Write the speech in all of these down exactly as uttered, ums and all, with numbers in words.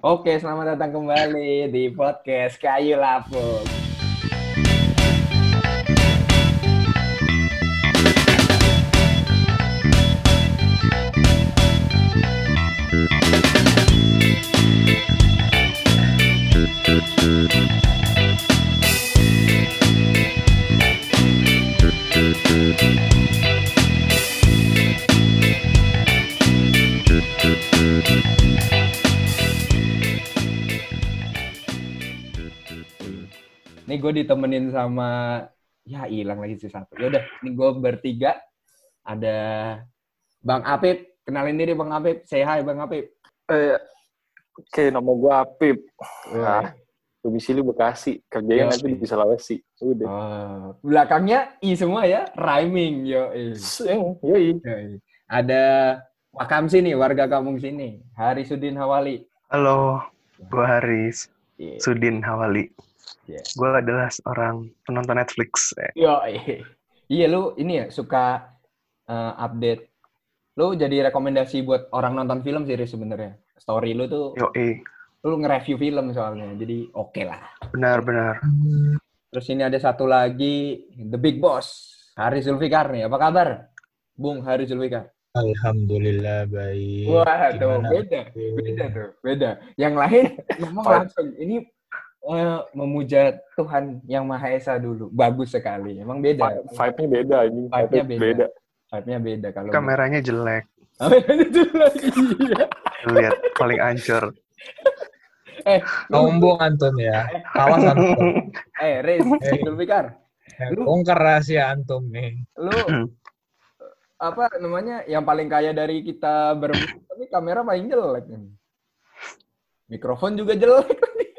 Oke, selamat datang kembali di podcast Kayu Lapuk. Ini gue ditemenin sama, ya hilang lagi sih satu. Yaudah, ini gue bertiga. Ada Bang Apip. Kenalin diri Bang Apip. Say hi Bang Apip. Eh, Oke, nama gue Apip. Nah, Nah, domisili Bekasi. Kerjanya Yo. nanti di Sulawesi. Udah. Oh, belakangnya I semua ya, rhyming. Yo, Seng, yoi. Yoi. Ada Wakamsi nih, warga kampung sini. Harisudin Hawali. Halo, gue Haris. Yeah. Sudin Hawali. Yeah. Gue adalah seorang penonton Netflix. Yo, iya lu ini ya suka uh, update. Lu jadi rekomendasi buat orang nonton film sih sebenarnya. Story lu tuh, Yo, eh. lu nge-review film soalnya, jadi oke okay lah. Benar-benar. Terus ini ada satu lagi, The Big Boss, Haris Zulfikar nih. Apa kabar, Bung Haris Zulfikar? Alhamdulillah baik. Wah, tuh Gimana? beda, beda tuh, beda. Yang lain ngomong langsung. Ini uh, memuja Tuhan Yang Maha Esa dulu. Bagus sekali. Emang beda. Vibe-nya beda. Ini Vibe-nya beda. beda. Vibe-nya beda kalau Kameranya jelek. itu lagi. Lihat paling ancur. Eh, lu, Sombong antum ya. Awas antum. eh, Riz, Eh. Zulfikar, Lu- Bongkar rahasia antum nih. lu apa namanya yang paling kaya dari kita berempat, tapi kamera paling jelek nih. Mikrofon juga jelek.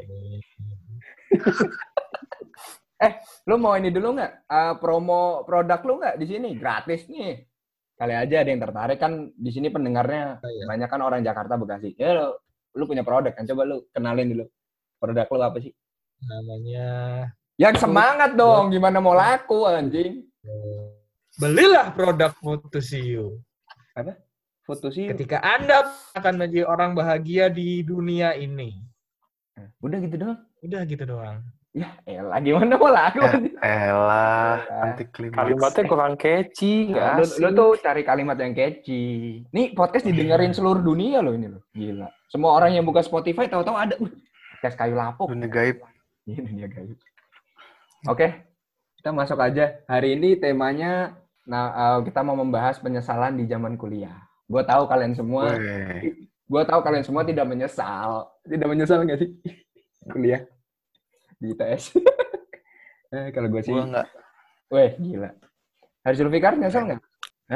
Eh, lu mau ini dulu nggak? Uh, promo produk lu nggak di sini? Gratis nih. Kali aja ada yang tertarik kan di sini pendengarnya Oh, iya. banyak kan orang Jakarta Bekasi. Ya lu, lu punya produk kan? Coba lu kenalin dulu. Produk lu apa sih? Namanya Yang semangat dong. Gimana mau laku anjing? belilah produk Fotosiu. Apa? Foto sih. Ketika Anda akan menjadi orang bahagia di dunia ini. Udah gitu doang. Udah gitu doang. Ya, elah gimana mau laku? Eh, elah, Ya. anti klimaks. Kalimatnya kurang catchy. Nggak Lu, asik. lu tuh cari kalimat yang catchy. Nih podcast didengerin seluruh dunia loh ini loh. Gila. Semua orang yang buka Spotify tahu-tahu ada. Uh, podcast Kayu Lapuk. Dunia gaib. Ini dia guys. Oke, kita masuk aja. Hari ini temanya, nah uh, kita mau membahas penyesalan di zaman kuliah. Gue tahu kalian semua, Weh. gue tahu kalian semua tidak menyesal, tidak menyesal nggak sih kuliah di I T S? eh, kalau gue sih, Gue nggak. weh gila. Haris Zulfikar nyesel nggak?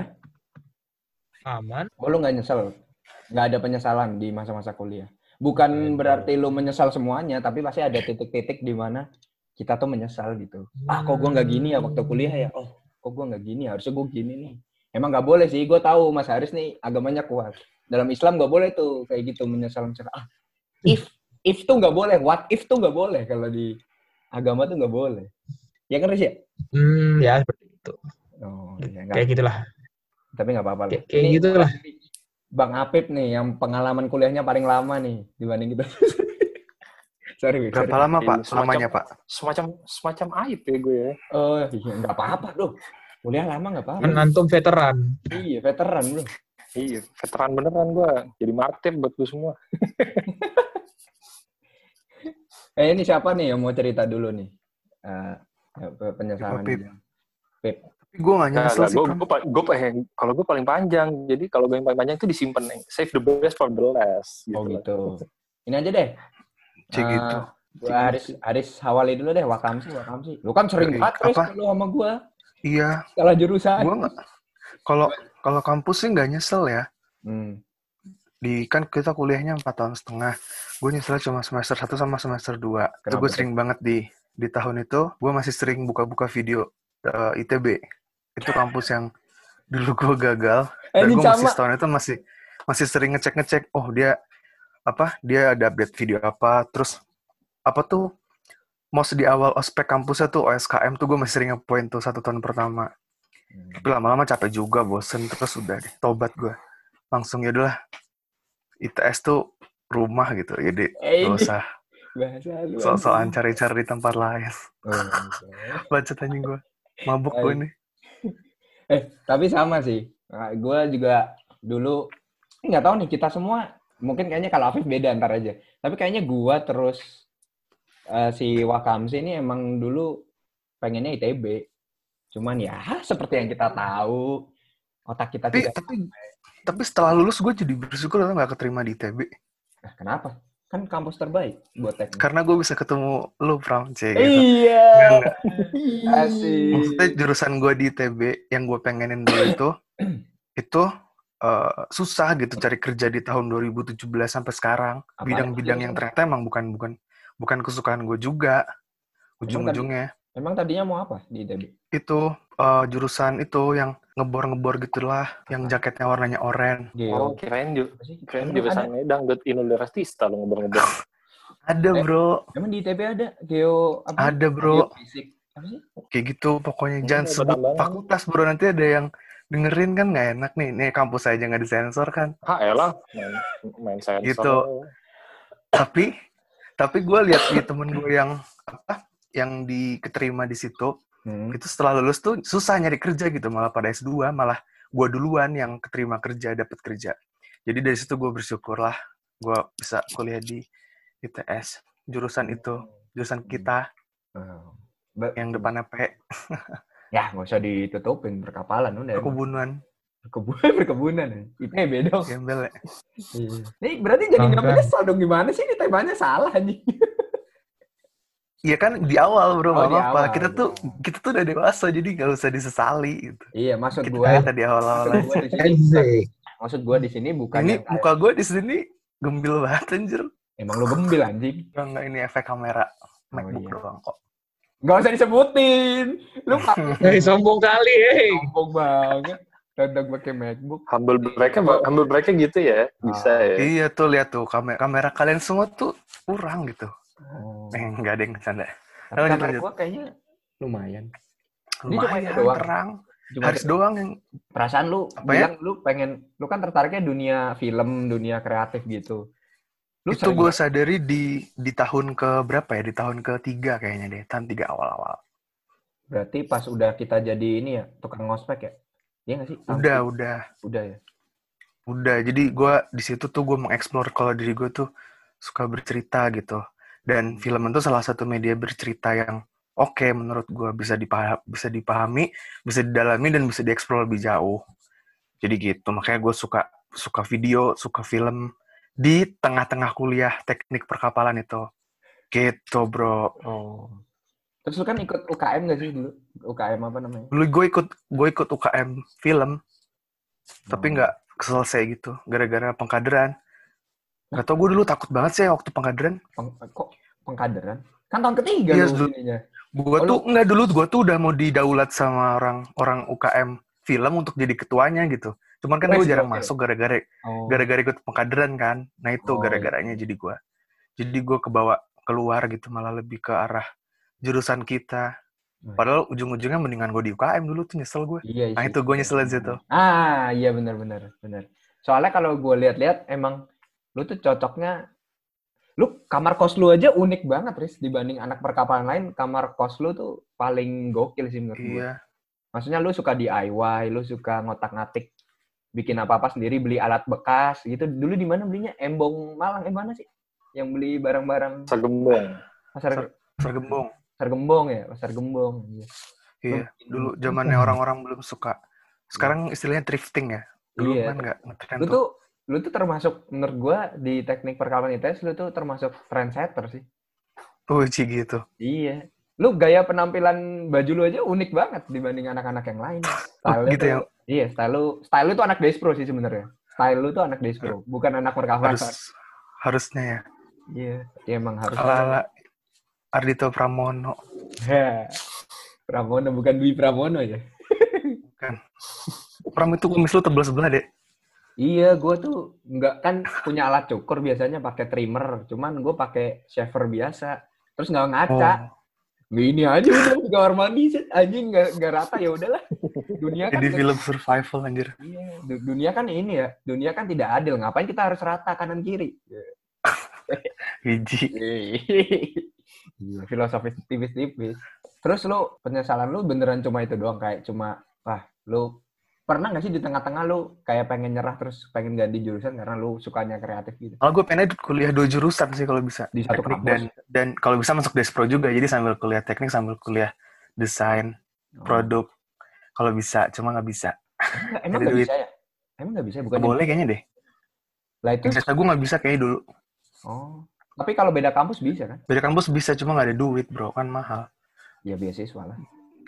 Aman. Oh, lu nggak nyesel? Nggak ada penyesalan di masa-masa kuliah? Bukan berarti lu menyesal semuanya, tapi pasti ada titik-titik di mana kita tuh menyesal gitu. Ah, kok gue nggak gini ya waktu kuliah ya? Oh, kok gue nggak gini? Harusnya gue gini nih. Emang nggak boleh sih. Gue tahu Mas Haris nih agamanya kuat. Dalam Islam nggak boleh tuh kayak gitu menyesal-menyesal. Ah, if if tuh nggak boleh. What if tuh nggak boleh kalau di agama tuh nggak boleh. Ya kan Riz ya? Hmm, ya seperti itu. Oh, ya, nggak. Kayak gitulah. Tapi nggak apa-apa lah. Kayak, kayak Ini gitulah. Bang Apip nih yang pengalaman kuliahnya paling lama nih dibanding kita. sorry, Wik, Berapa sorry. lama, Pak? Semacam- Lamanya, Pak? Semacam semacam aib ya gue ya. Oh, iya, nggak apa-apa loh. Kuliah lama nggak apa-apa. Kan antum veteran. Iya, veteran bro. Iya, veteran beneran gue. Jadi martir buat gue semua. Eh, ini siapa nih yang mau cerita dulu nih? Uh, penyesalan. Pip. Pip. Tapi gue nggak Nah, nyesel sih, gue, Pram. gue, gue, eh, kalau gue paling panjang. Jadi kalau gue yang paling panjang itu disimpan. eh. Save the best for the last. Oh lah. gitu. Ini aja deh. Cik Eh, gitu. gua Haris, Haris Hawali dulu deh. Wakamsi, Wakamsi. Lu kan sering Eh, banget Chris, apa? lu sama gua. Iya, Salah jurusan. gue nggak. Kalau kalau kampus sih nggak nyesel ya. Hmm. Di kan kita kuliahnya empat tahun setengah. Gue nyesel cuma semester satu sama semester dua. Itu Kenapa gue tuh? sering banget di di tahun itu. Gue masih sering buka-buka video uh, I T B. Itu kampus yang dulu gue gagal. Eh, Dan ini gue masih sama. setahun itu masih masih sering ngecek-ngecek. Oh dia apa? Dia ada update video apa? Terus apa tuh? Most di awal ospek kampusnya tuh O S K M tuh gue masih sering ngepoint tuh satu tahun pertama. Hmm. Tapi lama-lama capek juga, bosen. Terus udah deh, tobat gue. Langsung ya udahlah. I T S tuh rumah gitu. Jadi Eh, gak ini usah bahasa lu. sok-sokan cari-cari di tempat lain. Oh, okay. Bacot anjing gue. Mabuk gue nih. Eh, tapi sama sih. Nah, gue juga dulu nggak tahu nih kita semua mungkin kayaknya kalau Afif beda ntar aja. Tapi kayaknya gue terus uh, si Wakamsi ini emang dulu pengennya I T B. Cuman ya seperti yang kita tahu otak kita Tapi tidak. tapi, tapi setelah lulus gue jadi bersyukur lo nggak keterima di I T B. Nah, kenapa? Kan kampus terbaik buat teknik. Karena gue bisa ketemu lu, Pram, C. Gitu. Iya. Enggak. Asik. Maksudnya jurusan gue di I T B yang gue pengenin dulu itu, itu uh, susah gitu cari kerja di tahun dua ribu tujuh belas sampai sekarang. Apaan Bidang-bidang yang ternyata emang bukan bukan bukan kesukaan gue juga. Ujung-ujungnya. Emang, tadi, emang tadinya mau apa di I T B? Itu uh, jurusan itu yang ngebor-ngebor gitulah, yang jaketnya warnanya oranye. Oh, kirain juga. Kirain Emang jurusan Medan, buat Indonesia lo ngebor-ngebor. Ada, bro. Emang di I T B ada geo apa? Ada, bro. Geofisik. Apa sih? Kayak gitu pokoknya. Hmm, Jangan sebut tambahan. fakultas, bro. Nanti ada yang dengerin kan nggak enak nih. Nih kampus aja nggak disensor kan. Ah, elah. Main, main sensor. Gitu. Tapi, tapi gue lihat di temen gue yang apa, yang diketerima di situ, hmm. itu setelah lulus tuh susah nyari kerja gitu, malah pada S dua, malah gue duluan yang keterima kerja, dapat kerja. Jadi dari situ gue bersyukur lah, gue bisa kuliah di I T S, jurusan itu, jurusan kita, hmm. yang depannya P. Ya, nggak usah ditutupin, perkapalan udah. Perkebunan. Perkebunan, perkebunan. I T B dong. Gembel ya. Nih berarti jadi nggak menyesal dong, gimana sih? Ini temanya salah nih. Iya kan di awal bro, oh, nggak apa-apa. Kita awal. tuh kita tuh udah dewasa, jadi nggak usah disesali gitu. Iya, maksud kita gue. Kita di awal-awal. Maksud gue di sini bukan. Ini muka gue di sini gembil banget anjir. Emang lu gembil anjing? Enggak, ini efek kamera MacBook oh, iya. doang kok. Gak usah disebutin. Lu hey, sombong kali, eh. Sombong banget. Tentang pakai MacBook. Humble break-nya, humble break-nya gitu ya, bisa ah, ya. Iya tuh, lihat tuh kamera kamera kalian semua tuh kurang gitu. Oh. Eh, nggak ada yang bercanda. Tapi kamera gua kayaknya lumayan. Lumayan, doang. Terang. Cuma Haris doang yang perasaan lu bilang ya? Lu pengen, lu kan tertariknya dunia film, dunia kreatif gitu. Lu itu gue sadari di di tahun ke berapa ya? Di tahun ketiga kayaknya deh, tahun tiga awal-awal. Berarti pas udah kita jadi ini ya, tukang ngospek ya? Iya nggak sih? Udah, Sampai, udah. Udah ya? Udah, jadi gue di situ tuh gue mengeksplor kalau diri gue tuh suka bercerita gitu. Dan film itu salah satu media bercerita yang oke okay, menurut gue, bisa dipahami, bisa dipahami, bisa didalami, dan bisa dieksplor lebih jauh. Jadi gitu, makanya gue suka suka video, suka film di tengah-tengah kuliah teknik perkapalan itu. Gitu, bro. Oh. Terus lu kan ikut U K M nggak sih dulu? U K M apa namanya? Dulu gue ikut gue ikut U K M film, oh. tapi nggak selesai gitu, gara-gara pengkaderan. Gak tau, gue dulu takut banget sih waktu pengkaderan. Peng, kok pengkaderan? Kan tahun ketiga yes, lu ininya. Gue oh, tuh lu... nggak dulu, gue tuh udah mau didaulat sama orang orang U K M film untuk jadi ketuanya gitu. Cuman kan gue jarang okay. masuk gara-gara oh. gara-gara ikut pengkaderan kan. Nah itu oh, gara-garanya iya. jadi gue. Jadi gue kebawa keluar gitu, malah lebih ke arah jurusan kita. Padahal ujung-ujungnya mendingan gue di U K M dulu tuh, nyesel gue. Iya, nah iya, itu gue nyesel aja tuh. Ah iya benar-benar benar. Soalnya kalau gue lihat-lihat emang lu tuh cocoknya, lu kamar kos lu aja unik banget, Riz, dibanding anak perkapalan lain. Kamar kos lu tuh paling gokil sih menurut gue. Iya. Maksudnya lu suka D I Y, lu suka ngotak-ngatik, bikin apa-apa sendiri, beli alat bekas gitu. Dulu di mana belinya? Embong Malang, eh mana sih? Yang beli barang-barang. Pasar Gembong. Pasar, Pasar Gembong. Pasar Gembong ya, Pasar Gembong. Iya, iya. Dulu zamannya orang-orang belum suka. Sekarang istilahnya thrifting ya. Dulu iya. kan nggak ngetren lu tuh. Lu tuh termasuk, menurut gua di teknik perkapalan I T S, lu tuh termasuk trendsetter sih. Oh, gitu. Iya. Lu gaya penampilan baju lu aja unik banget dibanding anak-anak yang lain. Style oh, gitu tuh, ya? Iya, style lu, style lu tuh anak Despro sih sebenarnya. Style lu tuh anak Despro, bukan anak perkapalan. Harus, harusnya ya. Iya, ya emang harus. Ala-ala Ardhito Pramono. Heh. Pramono, bukan Dwi Pramono ya? Bukan. Pram itu kumis lu tebal sebelah, Dek. Iya, gue tuh nggak kan punya alat cukur, biasanya pakai trimmer, cuman gue pakai shaver biasa, terus nggak ngaca. Oh. Gini aja udah di kamar mandi, anjing nggak nggak rata, ya udahlah. Dunia kan. Jadi film survival anjir. Iya, dunia kan ini ya, dunia kan tidak adil. Ngapain kita harus rata kanan kiri? Biji. Iya, filosofis tipis-tipis. Terus lu penyesalan lu beneran cuma itu doang, kayak cuma wah lu pernah nggak sih di tengah-tengah lu kayak pengen nyerah terus pengen ganti jurusan karena lu sukanya kreatif gitu? Kalau gue pengen kuliah dua jurusan sih kalau bisa. Di satu Teknik kampus. dan dan kalau bisa masuk Despro juga. Jadi sambil kuliah teknik sambil kuliah desain Oh. produk. Kalau bisa, cuma nggak bisa. Emang, emang Ada nggak duit. bisa ya? Emang nggak bisa? Bukan Nggak boleh kayaknya deh. Lah itu. Jasa gue nggak bisa kayaknya dulu. Oh. Tapi kalau beda kampus bisa kan? Beda kampus bisa, cuma nggak ada duit bro, kan mahal. Ya beasiswa lah.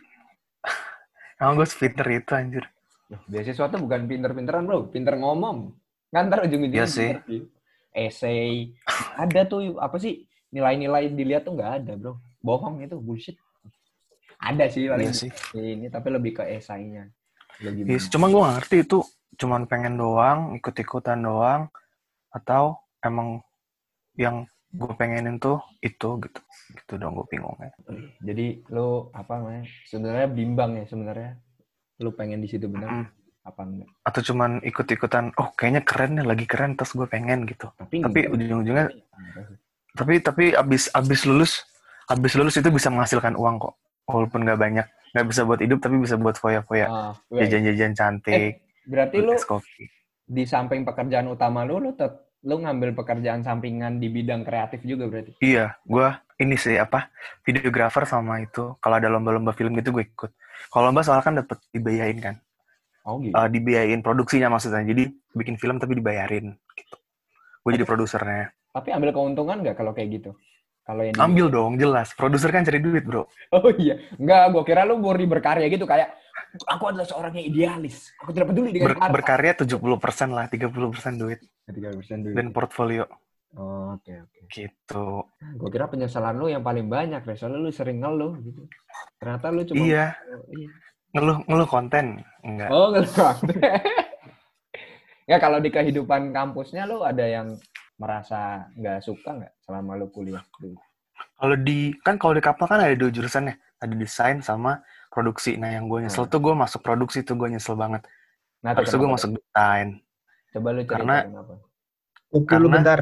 Emang gue sepinter itu anjir. Loh, beasiswa tuh bukan pinter-pinteran bro, pinter ngomong. Ngantar ujung-ujungnya Iya sih. interview. Essay. Ada tuh apa sih nilai-nilai dilihat tuh nggak ada bro. Bohong itu bullshit. Ada sih paling Iya sih. ini tapi lebih ke esainya. Lebih Yes, cuma gue nggak ngerti itu cuman pengen doang, ikut-ikutan doang, atau emang yang gue pengenin tuh itu gitu. Gitu dong gue bingungnya. Jadi lu apa namanya? Sebenarnya bimbang ya sebenarnya. Lu pengen di situ benar Mm. apa enggak? Atau cuman ikut-ikutan, oh kayaknya keren nih, lagi keren, terus gue pengen gitu. Tapi, Tapi enggak. ujung-ujungnya, tapi tapi abis abis lulus, abis lulus itu bisa menghasilkan uang kok, walaupun nggak banyak, nggak bisa buat hidup, tapi bisa buat foya-foya, Ah, wait. jajan-jajan cantik, Eh, berarti lu es kopi. di samping pekerjaan utama lu, lu tet- lu ngambil pekerjaan sampingan di bidang kreatif juga berarti? Iya, gue ini sih apa videografer sama itu. Kalau ada lomba-lomba film gitu gue ikut. Kalau lomba soalnya kan dapet dibayarin kan, Oh gitu. uh, dibiayain produksinya maksudnya. Jadi bikin film tapi dibayarin gitu. Gue jadi produsernya. Tapi ambil keuntungan nggak kalau kayak gitu? Kalau yang di- Ambil dong, jelas. Produser kan cari duit bro. Oh iya, enggak, gua kira lu murni berkarya gitu kayak aku adalah seorang yang idealis. Aku tidak peduli dengan Ber- harta. berkarya tujuh puluh persen lah, tiga puluh persen duit tiga persen dulu. dan portfolio Oh, oke oke. gitu. Gua kira penyesalan lu yang paling banyak, Re. Soalnya lu sering ngeluh gitu. Ternyata lu cuma Iya, Oh, iya. ngeluh ngeluh konten enggak. Oh, ngeluh. Ya kalau di kehidupan kampusnya lu ada yang merasa nggak suka nggak selama lu kuliah dulu? Kalau di kan kalau di kapal kan ada dua jurusan ya, ada desain sama produksi. Nah yang gue nyesel Hmm. tuh gue masuk produksi tuh gue nyesel banget. Nah, tuh Harusnya gue kenapa masuk tuh? desain Coba lu ceritain karena- kenapa. Oke, lu Karena- bentar.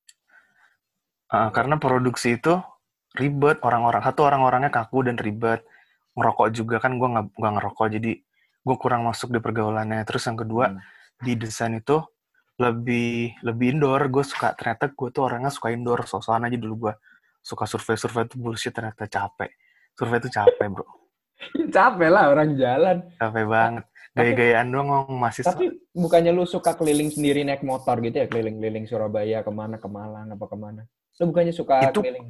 uh, karena produksi itu ribet, orang-orang satu orang-orangnya kaku dan ribet. Ngerokok juga kan gue nggak nggak ngerokok, jadi gue kurang masuk di pergaulannya. Terus yang kedua Hmm. di desain itu lebih lebih indoor. Gue suka ternyata gue tuh orangnya suka indoor. So-soan aja dulu gue suka survei-survei itu bullshit, ternyata capek. Survei itu capek bro, Capek lah orang jalan. capek banget. Gaya-gayaan doang ngomong mahasiswa. Tapi bukannya lu suka keliling sendiri naik motor gitu ya, keliling-keliling Surabaya kemana, ke Malang, apa kemana? Lu bukannya suka Itu- keliling?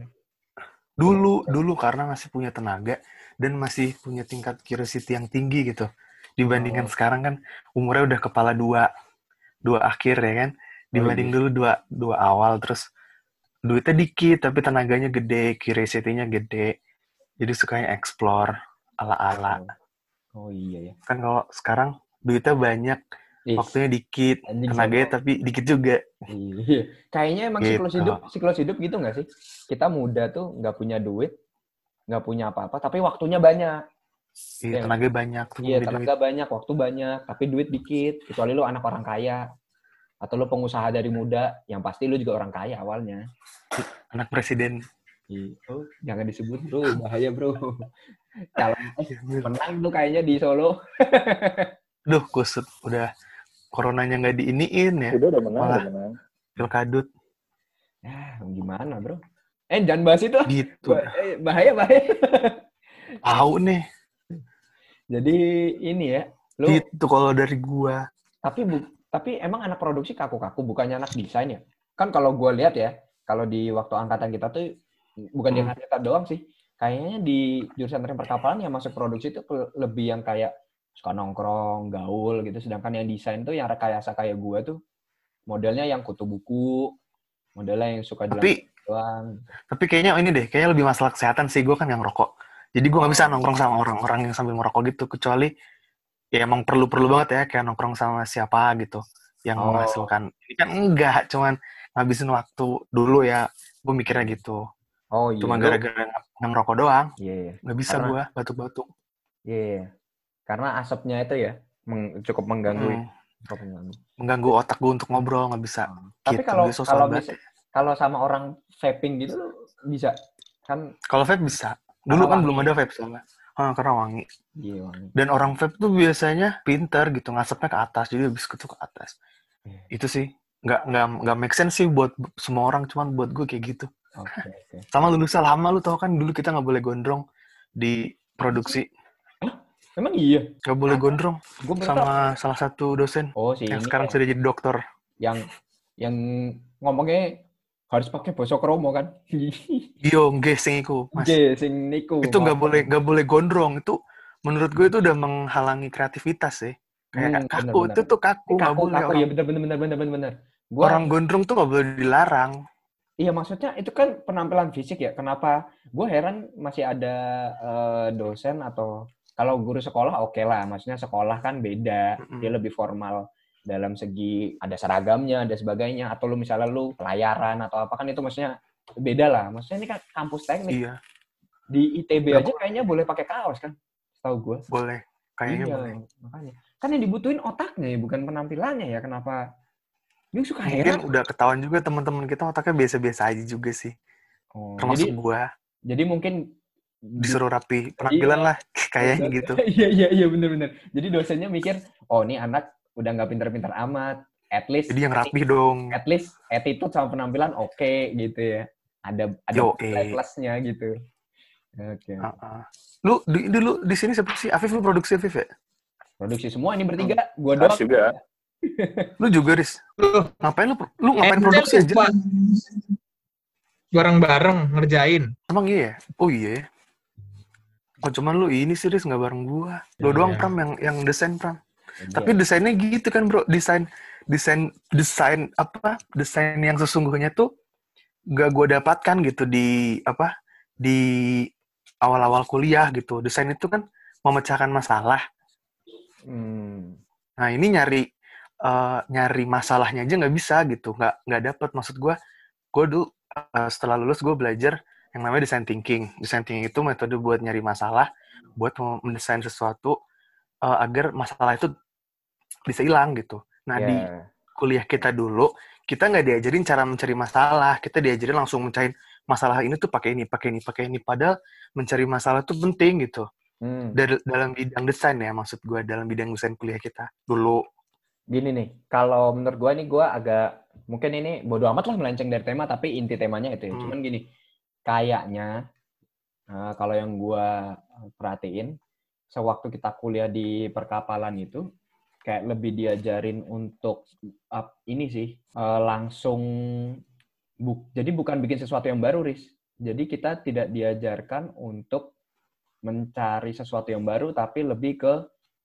Dulu, dulu karena masih punya tenaga dan masih punya tingkat curiosity yang tinggi gitu. Dibandingkan Oh. sekarang kan umurnya udah kepala dua, dua akhir ya kan. Dibanding Oh, iya. dulu dua, dua awal, terus duitnya dikit tapi tenaganya gede, curiosity-nya gede. Jadi sukanya explore ala-ala. Oh iya ya. Kan kalau sekarang duitnya banyak, Ih, waktunya dikit, anjing tenaganya sombong. tapi dikit juga. Iya. Kayaknya emang Gitu. siklus hidup, siklus hidup gitu nggak sih? Kita muda tuh nggak punya duit, nggak punya apa-apa, tapi waktunya banyak. Iya, Iya. tenaga banyak tuh Iya, beli duit. tenaga banyak, waktu banyak, tapi duit dikit. Kecuali lu anak orang kaya. Atau lu pengusaha dari muda, yang pasti lu juga orang kaya awalnya. Anak presiden. Iya. Oh, jangan disebut bro, bahaya bro. Calon eh, menang tuh kayaknya di Solo. Duh, kusut. Udah coronanya nggak diiniin ya. Udah udah menang, Malah. udah menang. Pilkadut. Ya, gimana bro? Eh, jangan bahas itu. Gitu. Bah- eh, bahaya, bahaya. Tahu nih. Jadi ini ya, lu Gitu kalau dari gua. tapi bu, tapi emang anak produksi kaku-kaku, bukannya anak desain ya? Kan kalau gua lihat ya, kalau di waktu angkatan kita tuh bukan di Hmm. angkatan kita doang sih. Kayaknya di jurusan teknik perkapalan yang masuk produksi itu ke- lebih yang kayak suka nongkrong, gaul gitu. Sedangkan yang desain tuh yang rekayasa kayak gua tuh modelnya yang kutu buku, modelnya yang suka jalan Tapi doang. tapi kayaknya ini deh, kayaknya lebih masalah kesehatan sih. Gua kan yang rokok. Jadi gua nggak bisa nongkrong sama orang-orang yang sambil ngerokok gitu, kecuali ya emang perlu-perlu banget ya kayak nongkrong sama siapa gitu yang Oh. menghasilkan. Ini kan enggak, cuman ngabisin waktu dulu ya. Gue mikirnya gitu. Oh iya. Cuma lu- gara-gara nge- ngerokok doang, Iya, iya. nggak bisa Karena- gua batuk-batuk. Iya, iya. Karena asapnya itu ya meng- cukup mengganggu. Hmm. Cukup mengganggu. Mengganggu otak gue untuk ngobrol, nggak bisa. Tapi Gitu, kalau dia sosok kalau banget. mis- kalau sama orang vaping gitu bisa kan? Kalau vape bisa. Dulu Karena kan wangi. belum ada vape soalnya. Ah, karena wangi. Iya, wangi. Dan orang vape tuh biasanya pinter gitu, ngasepnya ke atas, jadi habis itu ke atas. Iya. Itu sih nggak nggak nggak make sense sih buat semua orang, cuman buat gue kayak gitu. Oke, oke. Sama lulusan lama, lu tau kan dulu kita nggak boleh gondrong di produksi, Emang iya? nggak boleh gondrong Gue baru tahu. sama salah satu dosen Oh, si yang ini sekarang ya. sudah jadi dokter. yang yang ngomongnya harus pakai basa kromo kan? Iyo, nggih sing iku, Mas. Oke, sing niku. Itu nggak boleh nggak boleh gondrong. Itu menurut gue itu udah menghalangi kreativitas sih. Kayak Hmm, kaku, benar-benar. itu tuh kaku, nggak Kaku, boleh kaku, orang ya benar benar benar benar benar benar. Gua orang gondrong tuh nggak boleh dilarang. iya maksudnya itu kan penampilan fisik ya. Kenapa? Gue heran masih ada eh, dosen atau kalau guru sekolah oke lah. Maksudnya sekolah kan beda, Mm-mm. dia lebih formal dalam segi ada seragamnya, ada sebagainya. Atau lu misalnya lu pelayaran atau apa kan itu maksudnya beda lah. Maksudnya ini kan kampus teknik. Iya, Di I T B Nggak aja kayaknya boleh pakai kaos kan? Tahu gue. boleh. Kayaknya Iya, boleh. makanya. Kan yang dibutuhin otaknya ya, bukan penampilannya ya. Kenapa? Gue suka Mungkin heran. udah ketahuan juga teman-teman kita otaknya biasa-biasa aja juga sih. Oh, Termasuk jadi gua. jadi mungkin Disuruh rapi penampilan Iya. lah. Kayaknya gitu. Iya iya iya benar-benar. Jadi dosennya mikir, oh ini anak udah nggak pintar-pintar amat. At least Jadi yang rapi dong. at least attitude sama penampilan oke gitu ya. Ada ada Yo, nilai eh. plusnya gitu. Oke. Uh-uh. Lu di, di, lu di sini siapa sih? Afif, lu produksi Afif ya? Produksi semua ini bertiga, gua Harus doang. juga. Lu juga, Riz? Lu Ngapain lu? Lu ngapain ente produksi aja? lupa. Bareng-bareng ngerjain. Emang iya ya? Oh iya ya? Oh cuman lu ini sih, Riz, nggak bareng gua. Lu Iya. doang, Pram, yang yang desain, Pram. Iya. Tapi desainnya gitu kan, bro. Desain, desain, desain apa? Desain yang sesungguhnya tuh nggak gua dapatkan gitu di apa? Di awal-awal kuliah gitu. Desain itu kan memecahkan masalah. Hmm. Nah ini nyari uh, nyari masalahnya aja nggak bisa gitu, nggak nggak dapet. Maksud gue, gue dulu uh, setelah lulus gue belajar yang namanya design thinking. Design thinking itu metode buat nyari masalah, buat mendesain sesuatu uh, agar masalah itu bisa hilang gitu. Nah Yeah. di kuliah kita dulu kita nggak diajarin cara mencari masalah, kita diajarin langsung mencari masalah ini tuh pakai ini, pakai ini, pakai ini. Padahal mencari masalah tuh penting gitu. Hmm. Dari, dalam bidang desain ya, maksud gue dalam bidang desain kuliah kita dulu. Gini nih, kalau menurut gue nih gue agak mungkin ini bodo amat lah melenceng dari tema, tapi inti temanya itu ya. Hmm. Cuman gini, kayaknya uh, kalau yang gue perhatiin, sewaktu kita kuliah di perkapalan itu kayak lebih diajarin untuk uh, ini sih uh, langsung bu, jadi bukan bikin sesuatu yang baru, Riz. Jadi kita tidak diajarkan untuk mencari sesuatu yang baru, tapi lebih ke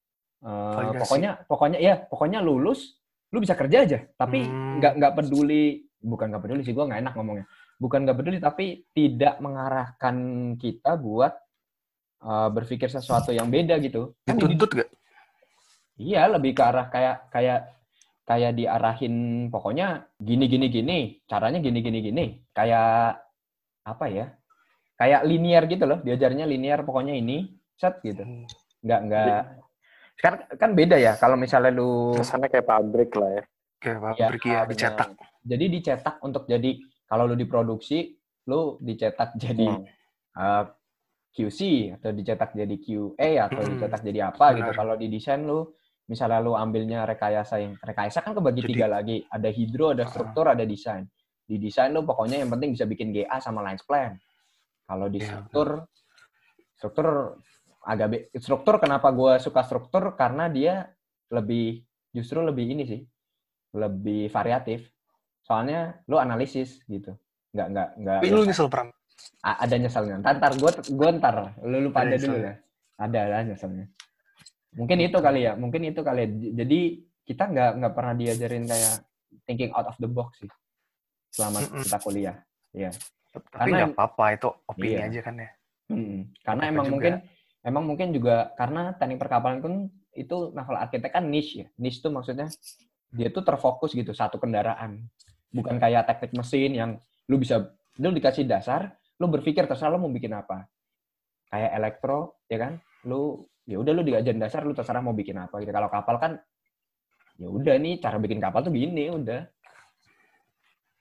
uh, pokoknya pokoknya ya pokoknya lulus lu bisa kerja aja, tapi nggak hmm. nggak peduli, bukan nggak peduli sih, gue nggak enak ngomongnya, bukan nggak peduli tapi tidak mengarahkan kita buat uh, berpikir sesuatu yang beda gitu. Kan dituntut nggak? Iya, lebih ke arah kayak kayak kayak diarahin pokoknya gini gini gini, caranya gini gini gini, kayak apa ya? Kayak linear gitu loh, diajarnya linear, pokoknya ini, set gitu. Nggak, nggak. Sekarang kan beda ya, kalau misalnya lu... Kesannya kayak pabrik lah ya. Kayak pabrik ya, ya dicetak. Jadi dicetak untuk jadi, kalau lu diproduksi, lu dicetak jadi hmm. uh, Q C, atau dicetak jadi Q A, atau hmm. dicetak jadi apa Benar. gitu. Kalau di desain lu, misalnya lu ambilnya rekayasa, yang rekayasa kan kebagi jadi, tiga lagi. Ada hidro, ada struktur, uh. ada desain. Di desain lu pokoknya yang penting bisa bikin G A sama lines plan. Kalau di struktur, struktur agak be- struktur kenapa gue suka struktur karena dia lebih justru lebih ini sih, lebih variatif. Soalnya lu analisis gitu, nggak nggak nggak. Tapi lu nyesel Pram? A- ada nyeselnya. Ntar, ntar gue gue ntar lu lu pada dulu ya. Ada lah nyeselnya. Mungkin itu kali ya, mungkin itu kali. Ya. Jadi kita nggak nggak pernah diajarin kayak thinking out of the box sih selama Mm-mm. kita kuliah, ya. Tapi nggak apa-apa, itu opini iya. aja kan ya. Hmm. Karena apa emang juga. mungkin emang mungkin juga karena teknik perkapalan pun itu naval arsitek kan niche ya. Niche tuh maksudnya dia tuh terfokus gitu satu kendaraan. Bukan kayak teknik mesin yang lu bisa lu dikasih dasar, lu berpikir terserah lu mau bikin apa. Kayak elektro ya kan, lu ya udah lu diajarin dasar, lu terserah mau bikin apa gitu. Kalau kapal kan ya udah nih cara bikin kapal tuh gini udah.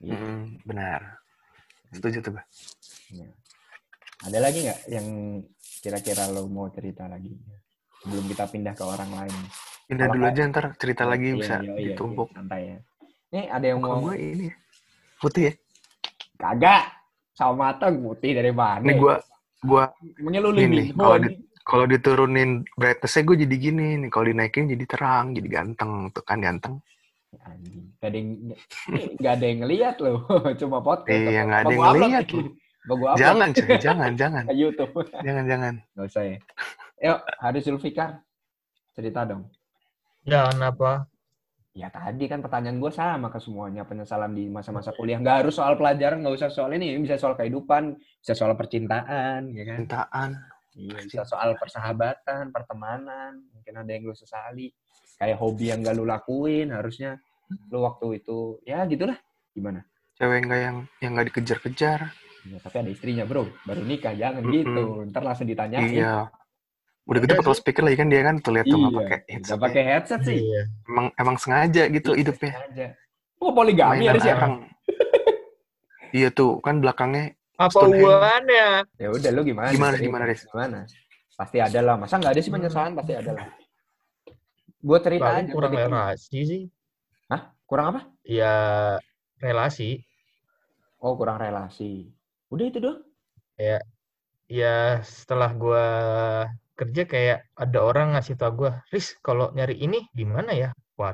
Gitu. Hmm, benar. Setuju tuh, Bah. Ya. Ada lagi nggak yang kira-kira lo mau cerita lagi? Sebelum kita pindah ke orang lain. Pindah Kalau dulu kayak- aja, ntar cerita Iya, lagi iya, bisa iya, iya, ditumpuk. iya, santai ya. Nih ada yang Muka mau gue ini ya, putih ya. kagak sama matang putih dari mana? Ini gue, gue Emangnya lu ini lebih kalau di, kalau diturunin brightness-nya gue jadi gini nih, kalau dinaikin jadi terang, jadi ganteng, tuh kan ganteng. Anjing, gak ada yang gak ada yang ngeliat loh, cuma podcast. Iya, Apa- nggak apa ada yang gua upload ngeliat nih? loh. Apa gua upload? Jangan cuy, jangan, jangan, Ke YouTube. jangan, jangan. Gak usah ya. Yuk, Haris Zulfikar, cerita dong. Ya, kenapa? Ya tadi kan pertanyaan gue sama ke semuanya, penyesalan di masa-masa kuliah. Nggak harus soal pelajaran, nggak usah soal ini, bisa soal kehidupan, bisa soal percintaan, ya kan? Cintaan. Iya, bisa soal persahabatan, pertemanan, mungkin ada yang lu sesali, kayak hobi yang nggak lu lakuin, harusnya lu waktu itu, ya gitulah, gimana? Cewek nggak yang yang nggak dikejar-kejar. Ya, tapi ada istrinya bro, baru nikah, jangan Mm-mm. gitu, ntar langsung ditanyain. Iya. Udah gitu Udah pakai sih. speaker lagi kan dia kan tuh lihat tuh nggak Iya, pakai nggak headset. pakai headset sih. Iya. Emang emang sengaja gitu Iya, hidupnya. aja. Oh, poligami Mainan Haris ya? orang. Iya tuh kan belakangnya. Apa Stonehenge. hubungannya? Ya udah, lu gimana? Gimana, Cerita. gimana, Riz? Gimana? Pasti ada lah. Masa nggak ada sih penyesalan? Pasti ada lah. Gue cerita Paling aja. kurang begitu. relasi sih. Hah? Kurang apa? Ya, relasi. Oh, kurang relasi. Udah itu doang. Ya, ya setelah gua kerja kayak ada orang ngasih tau gua, Riz, kalau nyari ini gimana ya? Wah,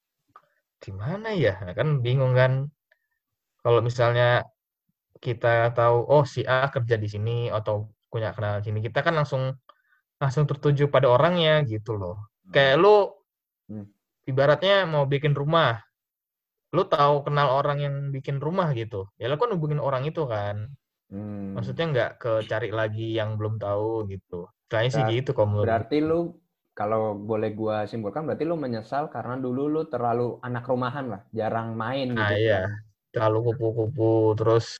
gimana ya? Nah, kan bingung kan. Kalau misalnya kita tahu, oh si A kerja di sini atau punya kenalan sini, kita kan langsung langsung tertuju pada orangnya gitu loh. Kayak lu Hmm. ibaratnya mau bikin rumah, lu tahu kenal orang yang bikin rumah gitu, ya lu kan hubungin orang itu kan. Hmm. Maksudnya nggak ke cari lagi yang belum tahu gitu. Kayaknya sih Berat- gitu kalau menurut Berarti lu, kalau boleh gua simpulkan, berarti lu menyesal karena dulu lu terlalu anak rumahan lah. Jarang main Nah, gitu. iya. Terlalu kupu-kupu, terus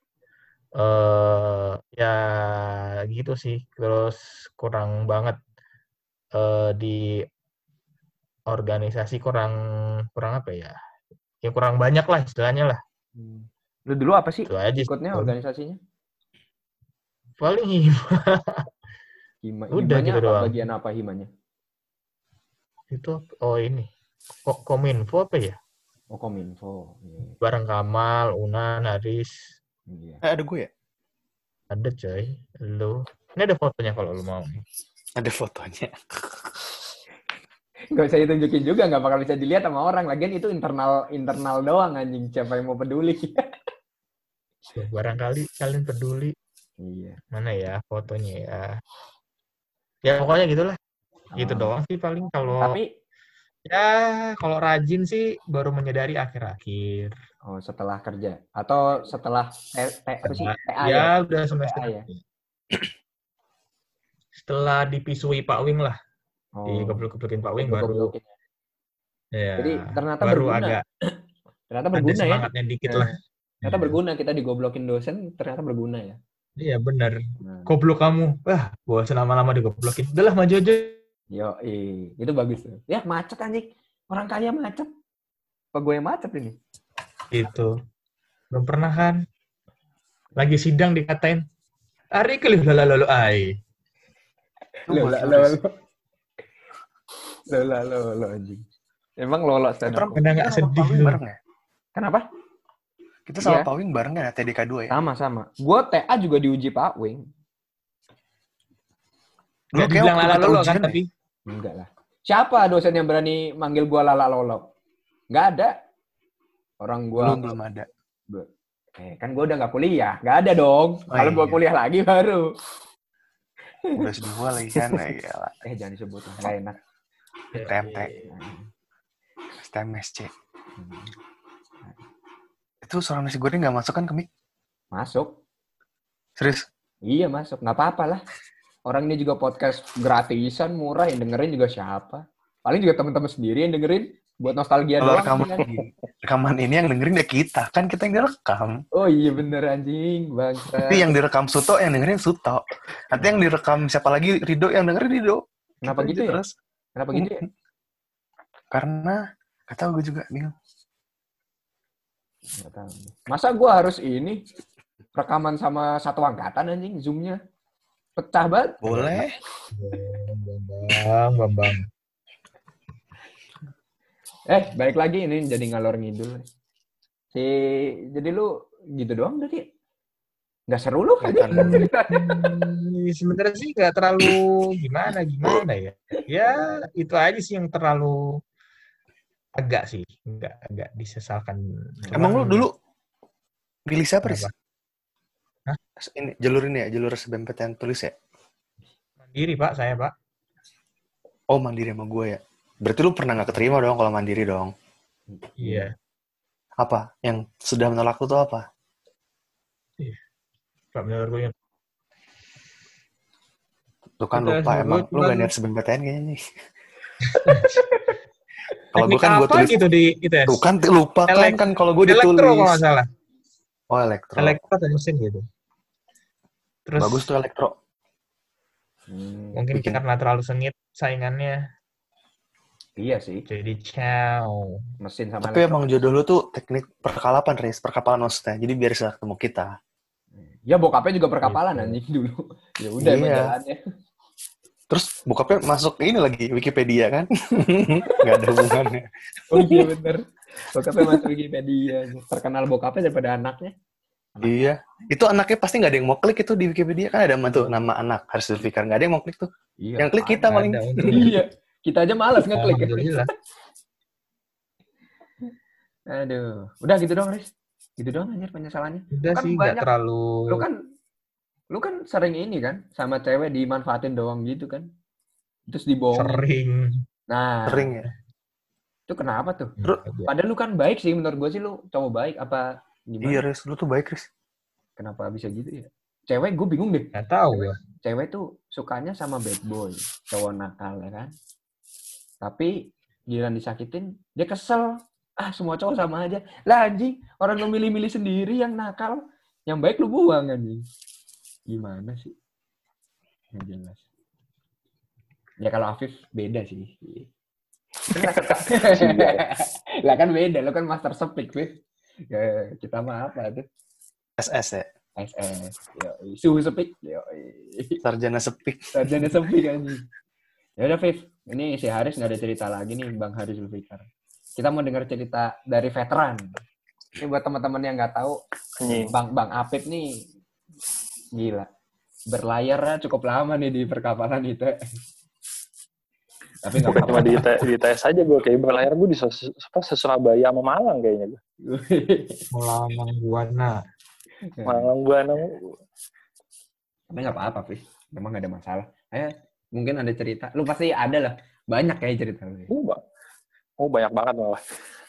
eh ya gitu sih. Terus kurang banget eh di organisasi, kurang kurang apa ya? Ya kurang banyak lah istilahnya lah. Hmm. Lu dulu apa sih Itu aja sih. ikutnya organisasinya? Paling Hima, Udah himanya gitu apa? doang. Bagian apa himanya? itu oh ini. Kok Kominfo apa ya? Oh, Kominfo. Iya. Bareng Kamal, Unan, Haris. Iya. Eh, ada gue ya? Ada coy. Lu. Ini ada fotonya kalau lu mau. Ada fotonya. Nggak usah ditunjukin juga, nggak bakal bisa dilihat sama orang. Lagian itu internal internal doang anjing. Siapa yang mau peduli? Tuh, barangkali kalian peduli. Iya. Mana ya fotonya ya. Ya pokoknya gitulah. Gitu Oh. doang sih paling kalau Tapi ya kalau rajin sih baru menyadari akhir-akhir. oh, setelah kerja atau setelah T, T, apa sih? T A ya? Ya udah semester. T A ya? Setelah dipisui Pak Wing lah. Oh. Digoblok-goblokin Pak Wing baru Goblok-goblokin. ya. Jadi ternyata baru berguna. agak Ternyata ada berguna ya. semangatnya dikit lah. Ternyata Ya. berguna, kita digoblokin dosen, ternyata berguna ya. Iya benar. Nah, Goblok kamu. Wah, bosan lama-lama digoblokin. Udahlah maju aja. yo, itu bagus tuh. Ya macet anjing. Orang kaya macet. Apa gue yang macet ini? Gitu. Belum pernah kan? Lagi sidang dikatain. Ari kelih lalu ai. Lo lo lo lo lo lo lo anjing. Emang lolo stand up. Pada nggak Kita sama sedih. Pawing bareng ya? Kenapa? Kita sama Iya. Pawing bareng ya, T D K dua ya? Sama-sama. Gue T A juga diuji Pak Wing. Dulu Nggak kayak dibilang waktu lala kita lolo ujian kan deh. tapi. Enggak lah. Siapa dosen yang berani manggil gue lala lolo? Nggak ada. Orang gue... Belum, belum ada. Eh, kan gue udah nggak kuliah. Nggak ada dong. Oh, Kalau gue iya. kuliah lagi baru. Udah S dua lagi kan? Nah, iyalah. Eh, jangan disebut lah. Nggak enak. T M T, S T M S C. Itu suara nasi goreng nggak masuk kan ke mic? Masuk. Serius? Iya masuk. Nggak apa-apa lah. Orang ini juga podcast gratisan, murah. Yang dengerin juga siapa. Paling juga teman-teman sendiri yang dengerin. Buat nostalgia Kalau doang. rekaman, kan? ini, rekaman ini yang dengerin ya kita. Kan kita yang direkam. Oh iya bener anjing. Bangsa. Tapi yang direkam Suto, yang dengerin Suto. Nanti yang direkam siapa lagi? Rido, yang dengerin Rido. Kenapa gitu ya? Terus. Kenapa gitu ya? Karena, gak tau gue juga bingung. Nggak tahu. Masa gue harus ini rekaman sama satu angkatan anjing Zoom-nya pecah banget. Boleh. Bambang, Bambang. Eh, balik lagi ini jadi ngalor ngidul. Si jadi lu gitu doang tadi. Nggak seru lu kan? Hmm, sebenarnya sih nggak terlalu gimana gimana ya. Ya itu aja sih yang terlalu agak sih, nggak agak disesalkan. Emang lu Cuman dulu milih siapa, Riz? kenapa? Hah? Ini jalur ini ya, jalur S B M P T N tulis ya? Mandiri Pak, saya Pak. Oh, mandiri sama gue ya. Berarti lu pernah nggak keterima dong kalau mandiri dong? Iya. Apa? Yang sudah menolak lu tuh apa? Pak benar gue yang Lu kan Kita lupa, S B M emang gue lu gak cuman- niat S B M P T N kayaknya nih. Kalau gue teknik kan gue apa tulis, gitu di I T S? lu kan lupa kan, Elek- kan kalau gue Elektro kalau ditulis. nggak salah. Oh, elektro. Elektro atau mesin gitu. Terus Bagus tuh elektro. Hmm, mungkin bikin- karena terlalu sengit saingannya iya sih, jadi ciao. mesin sama Tapi elektro. emang jodoh lu tuh teknik perkalapan, Riz. Perkapalan maksudnya. Jadi biar bisa ketemu kita. Ya bokapnya juga perkapalan Gitu. anjing dulu. Ya udah emang Iya. jalannya. Terus bokapnya masuk ini lagi, Wikipedia kan? Gak ada hubungannya. Oh iya bener. Bokapnya masuk Wikipedia. Terkenal bokapnya daripada anaknya. Iya. Itu anaknya pasti gak ada yang mau klik itu di Wikipedia. Kan ada tuh nama anak, Haris Zulfikar. Gak ada yang mau klik tuh. Iya. Yang klik kita Ada paling. untungnya. Iya. Kita aja males ngeklik. Alhamdulillah. Aduh. Udah gitu dong, Riz. Gitu dong anjir penyesalannya. Udah Kan sih nggak banyak. terlalu. Lu kan lu kan sering ini kan sama cewek dimanfaatin doang gitu kan. Terus dibohongin. Sering. Nah, Sering ya. itu kenapa tuh? Terus- Padahal lu kan baik sih menurut gue sih lu cowok baik apa gimana? Iya, Riz. Lu tuh baik, Riz. Kenapa bisa gitu ya? Cewek gue bingung deh. Nggak tahu ya. Cewek tuh sukanya sama bad boy, cowok nakal ya kan. Tapi giliran disakitin, dia kesel. Ah, semua cowok sama aja. Lah anjing, orang lu milih-milih sendiri yang nakal, yang baik lu buang anjing. Gimana sih? Nggak jelas. Ya kalau Afif beda sih. Lah kan beda, lu kan master sepik, Fif. Ya, kita mah apa tuh? S S ya. S S. Yoi. Suhu sepik. Yoi. Sarjana sepik. Sarjana sepik anjing. Ya udah, Viv. Ini si Haris nggak ada cerita lagi nih, Bang Haris Zulfikar. Kita mau dengar cerita dari veteran. Ini buat teman-teman yang nggak tahu, Anjing. Bang Bang Apip nih gila. Berlayarnya cukup lama nih di perkapalan itu. Tapi nggak Bukan apa-apa. cuma di, te- di tes aja gue, kayak berlayar gue di Sus- apa, Surabaya sama Malang kayaknya gue. Melanang buana. Malang gue nang Tapi nggak apa-apa, Viv. Memang nggak ada masalah. Ayo, mungkin ada cerita. Lu pasti ada lah. Banyak kayak cerita lu. oh, ba- oh banyak banget malah.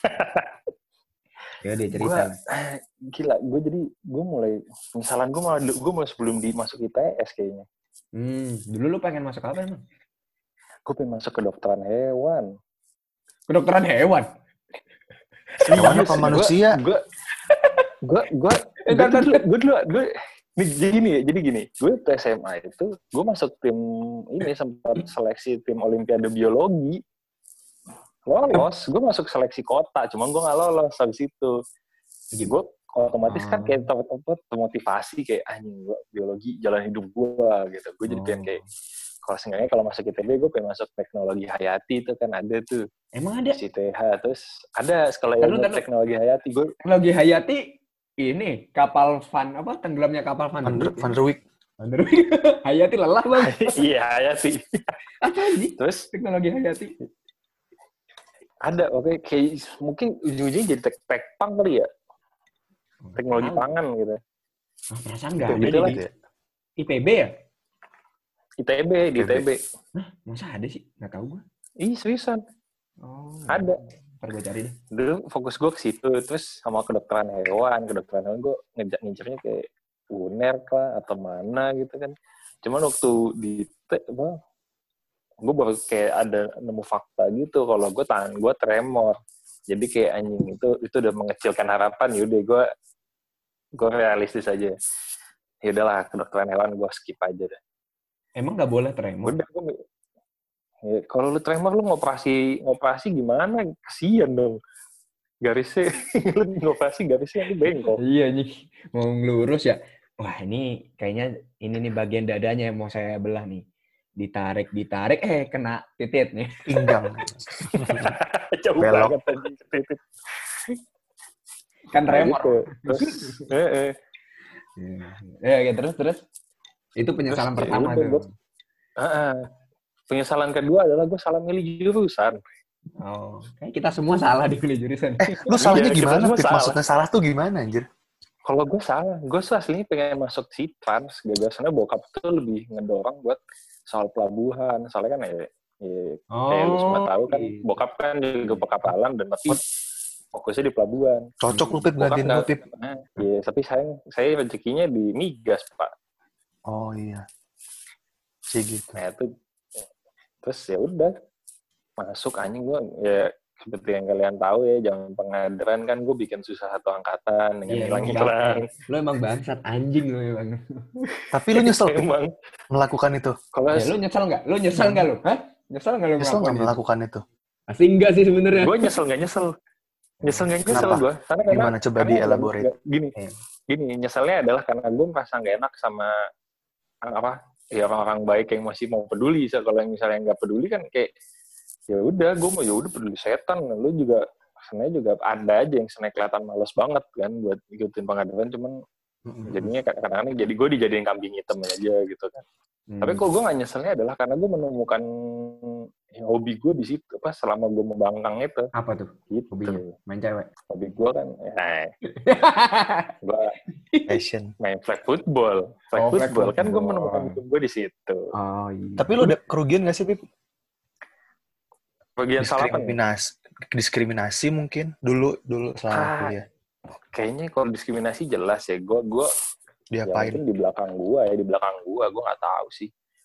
Ya dia Gue cerita. gila, gue jadi gue mulai misalnya gue malah gue mulai sebelum dimasuk I T S kayaknya. Hmm, dulu lu pengen masuk apa emang? Gue pengen masuk kedokteran hewan. Kedokteran hewan. Hewan apa manusia? Gue gue gue Eh, gue ntar, dulu gue dulu gue nih jadi gini ya, jadi gini. Gue waktu S M A itu gue masuk tim ini sempat seleksi tim Olimpiade biologi. Lolos, gue masuk seleksi kota, cuman gue nggak lolos habis itu. Jadi gue otomatis kan kayak tempat-tempat termotivasi kayak anjing gue biologi jalan hidup gue gitu. Gue jadi pengen kayak kalau seenggaknya kalau masuk I T B gue pengen masuk teknologi hayati itu kan ada tuh. Emang ada? S I T H terus ada sekolah Lalu, ilmu lalu. teknologi hayati gue. Teknologi hayati ini kapal Van apa tenggelamnya kapal Van Van der der, Van der Wijk. Van der Wijk. Hayati lelah bang. Iya hayati. Apa ini? Terus Teknologi hayati. ada oke kayak mungkin ujung-ujungnya jadi tek tekpang kali ya. Teknologi Tahu. pangan gitu. Ah, perasaan nggak Gitu ada lah. di I P B ya? I T B di I T B. Hah, masa ada sih? Nggak tahu gue. Ih seriusan. Oh, Ada. Ntar gue cari deh. Dulu fokus gue ke situ terus sama kedokteran hewan kedokteran hewan gue ngejak ngincernya kayak U N E R lah atau mana gitu kan cuman waktu di te- apa gue baru kayak ada nemu fakta gitu kalau gue tangan gue tremor jadi kayak anjing itu itu udah mengecilkan harapan yaudah gue gue realistis aja ya udahlah kedokteran hewan gue skip aja deh Emang nggak boleh tremor? udah gue ya, kalau lu tremor lu ngoperasi ngoperasi gimana kasian dong garisnya inovasi garisnya ini bengkok. Iya nih, mau ngelurus ya. Wah ini kayaknya ini nih bagian dadanya yang mau saya belah nih. Ditarik, ditarik, eh kena titit nih. Pinggang. Jauh Belok. banget tadi titit. Kan Nah, remor. gitu. Terus, eh, eh. Ya, ya, terus, terus. Itu penyesalan Terus, pertama ya tuh. udah, gua- Ah, ah. penyesalan kedua adalah gue salah milih jurusan. Oh, kayak kita semua salah di pilih jurusan. Eh, lu salahnya Iya, kita gimana, semua Pip? salah. Maksudnya salah tuh gimana, anjir? Kalau gue salah, gue tuh aslinya pengen masuk Sitrans. Gagasannya bokap tuh lebih ngedorong buat soal pelabuhan. Soalnya kan ya, ya kayak lu semua tahu kan, gitu. bokap kan juga pekapalan dan tapi fokusnya di pelabuhan. Cocok lu, Pip, Bokap gantiin gue, nggak- Pip. Nah, ya, tapi saya saya rezekinya di migas, Pak. Oh iya. Sih gitu. Nah itu terus ya udah masuk anjing gue ya seperti yang kalian tahu ya, jangan pengadilan kan gue bikin susah satu angkatan dengan Iya, hilang-hilang. Lo emang bangsat anjing lo emang. Tapi lu nyesel, Pip, Emang melakukan itu? kalau Ya, lo nyesel nggak? Lo nyesel nggak lo? Hah? Nyesel nggak lo Nyesel nggak itu? melakukan itu? Pasti enggak sih sebenarnya. gue nyesel nggak nyesel, nyesel nggak nyesel Kenapa? gue. Karena karena Gimana? Coba karena dielaborate. nggak- Gini, Hmm. gini nyeselnya adalah karena gue merasa nggak enak sama apa ya orang-orang baik yang masih mau peduli. So, kalau yang misalnya nggak peduli kan kayak ya udah gue mau ya udah peduli setan. Lu juga sebenarnya juga ada aja yang sebenarnya kelihatan malas banget kan buat ikutin pengadilan, cuman jadinya kadang-kadang jadi gue dijadiin kambing hitam aja gitu kan. Hmm. Tapi kalau gue nggak nyeselnya adalah karena gue menemukan ya, hobi gue di situ pas selama gue membangkang itu. Apa tuh Gitu. hobinya? Main cewek. Hobi gue kan ya, gue Passion. main flag football. Flag Oh, flag football kan gue football. menemukan hidup gue di situ. Oh iya. Tapi lu ada kerugian gak sih, Pip? Bagian salah apa nih? Diskriminasi, diskriminasi mungkin dulu dulu selama Ah, kuliah. Kayaknya kalau diskriminasi jelas ya. Gue gue ya Diapain? mungkin di belakang gue ya di belakang gue gue nggak tahu sih.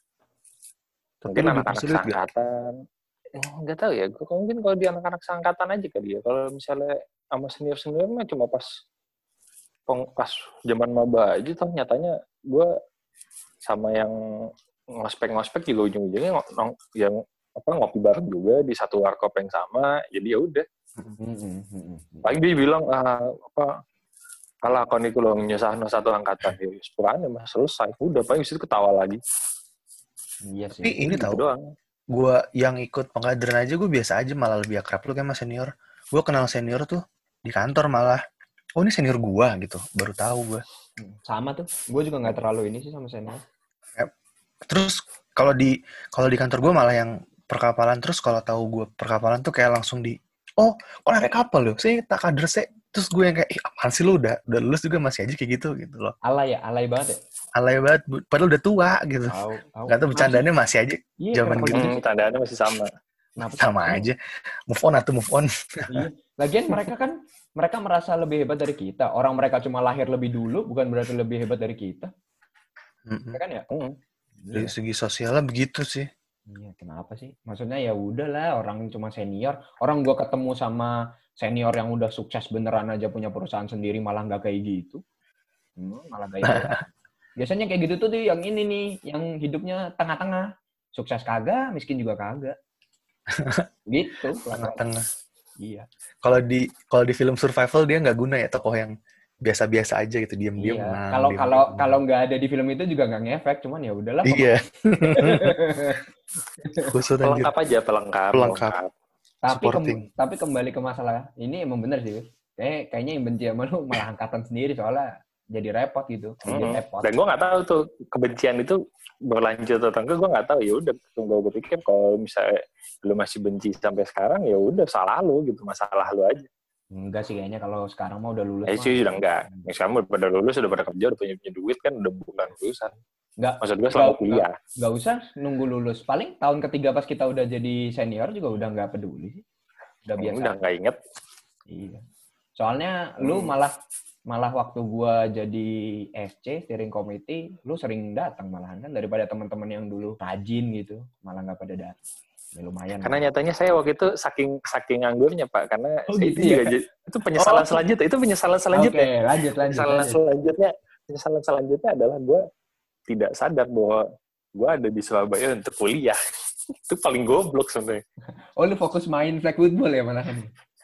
Tapi Mungkin lu anak-anak dipersulit gak? seangkatan. Eh, nggak tahu ya. Gue mungkin kalau di anak-anak seangkatan aja kali ya. Kalau misalnya sama senior-senior mah cuma pas peng- pas zaman maba aja. Toh nyatanya gue sama yang ngospek-ngospek juga ujung-ujungnya ng- nong- yang apa ngopi bareng juga di satu warkop yang sama. Jadi ya udah. Hmm, hmm, hmm, hmm. Paling dia bilang ah, apa kalah kon iku lo nyusahno satu angkatan ya sepurane mas selesai udah paling situ ketawa lagi Iya sih. Tapi ini gitu tahu, doang. gue yang ikut pengkaderan aja gue biasa aja, malah lebih akrab lu kan sama senior. Gue kenal senior tuh di kantor malah. Oh ini senior gue gitu, baru tahu gue. Sama tuh. Gue juga nggak terlalu ini sih sama senior. Terus kalau di kalau di kantor gue malah yang perkapalan, terus kalau tahu gue perkapalan tuh kayak langsung di, oh kok narik kapal loh, saya tak kader saya. Terus gue yang kayak, ih apaan sih lu udah udah lulus juga masih aja kayak gitu gitu loh. Alay ya, alay banget ya. Alay banget, bu- padahal udah tua gitu. Tahu, tahu. Gak tau bercandanya masih aja Iya, zaman kenapa gitu. gitu Hmm, sih? tandaannya masih sama. Kenapa? Sama aja. Move on atau move on. Iya. Lagian mereka kan mereka merasa lebih hebat dari kita. Orang mereka cuma lahir lebih dulu, bukan berarti lebih hebat dari kita. Mm-mm. Ya kan ya? Hmm. Dari segi sosialnya begitu sih. Iya, kenapa sih? Maksudnya ya udahlah, orang cuma senior. Orang gua ketemu sama senior yang udah sukses beneran aja punya perusahaan sendiri malah nggak kayak gitu. Hmm, malah kayak biasanya kayak gitu tuh tuh yang ini nih, yang hidupnya tengah-tengah. Sukses kagak, miskin juga kagak. Gitu. Tengah-tengah. Iya. Kalau di kalau di film survival dia nggak guna ya tokoh yang biasa-biasa aja gitu, diam-diam. Iya. menang, Kalau diam-diam kalau menang. kalau nggak ada di film itu juga nggak ngefek, cuman ya udahlah. Iya. Khusus anjir. Pelengkap aja pelengkap. Pelengkap. Tapi Supporting. kem- tapi kembali ke masalah ini emang bener sih. Kayak kayaknya yang benci sama lu malah angkatan sendiri soalnya jadi repot gitu. Jadi Hmm. repot. Dan gue nggak tahu tuh kebencian itu berlanjut atau enggak, gue nggak tahu. Ya udah, tunggu gue pikir kalau misalnya lu masih benci sampai sekarang ya udah salah lu gitu, masalah lu aja. Enggak sih kayaknya kalau sekarang mah udah lulus. Eh mah. sih udah enggak. Ya, sekarang udah pada lulus, udah pada kerja, udah punya, punya duit kan, udah bukan urusan. Enggak. Maksud gue selama Enggak, kuliah. Nggak usah nunggu lulus. Paling tahun ketiga pas kita udah jadi senior juga udah nggak peduli sih. Udah biasa. Udah nggak inget. Iya. Soalnya lu Hmm. malah malah waktu gua jadi S C steering committee, lu sering datang malahan kan daripada teman-teman yang dulu rajin gitu, malah nggak pada datang. Ya, lumayan. Karena nyatanya saya waktu itu saking saking nganggurnya Pak, karena Oh, saya gitu itu ya? juga jadi- itu penyesalan Oh. selanjutnya, itu penyesalan Oke, selanjutnya. lanjut lanjut. Penyesalan lanjut. selanjutnya, penyesalan selanjutnya adalah gue tidak sadar bahwa gue ada di Surabaya untuk kuliah. Itu paling goblok sebenarnya. Oh, lu fokus main flag football ya malahan.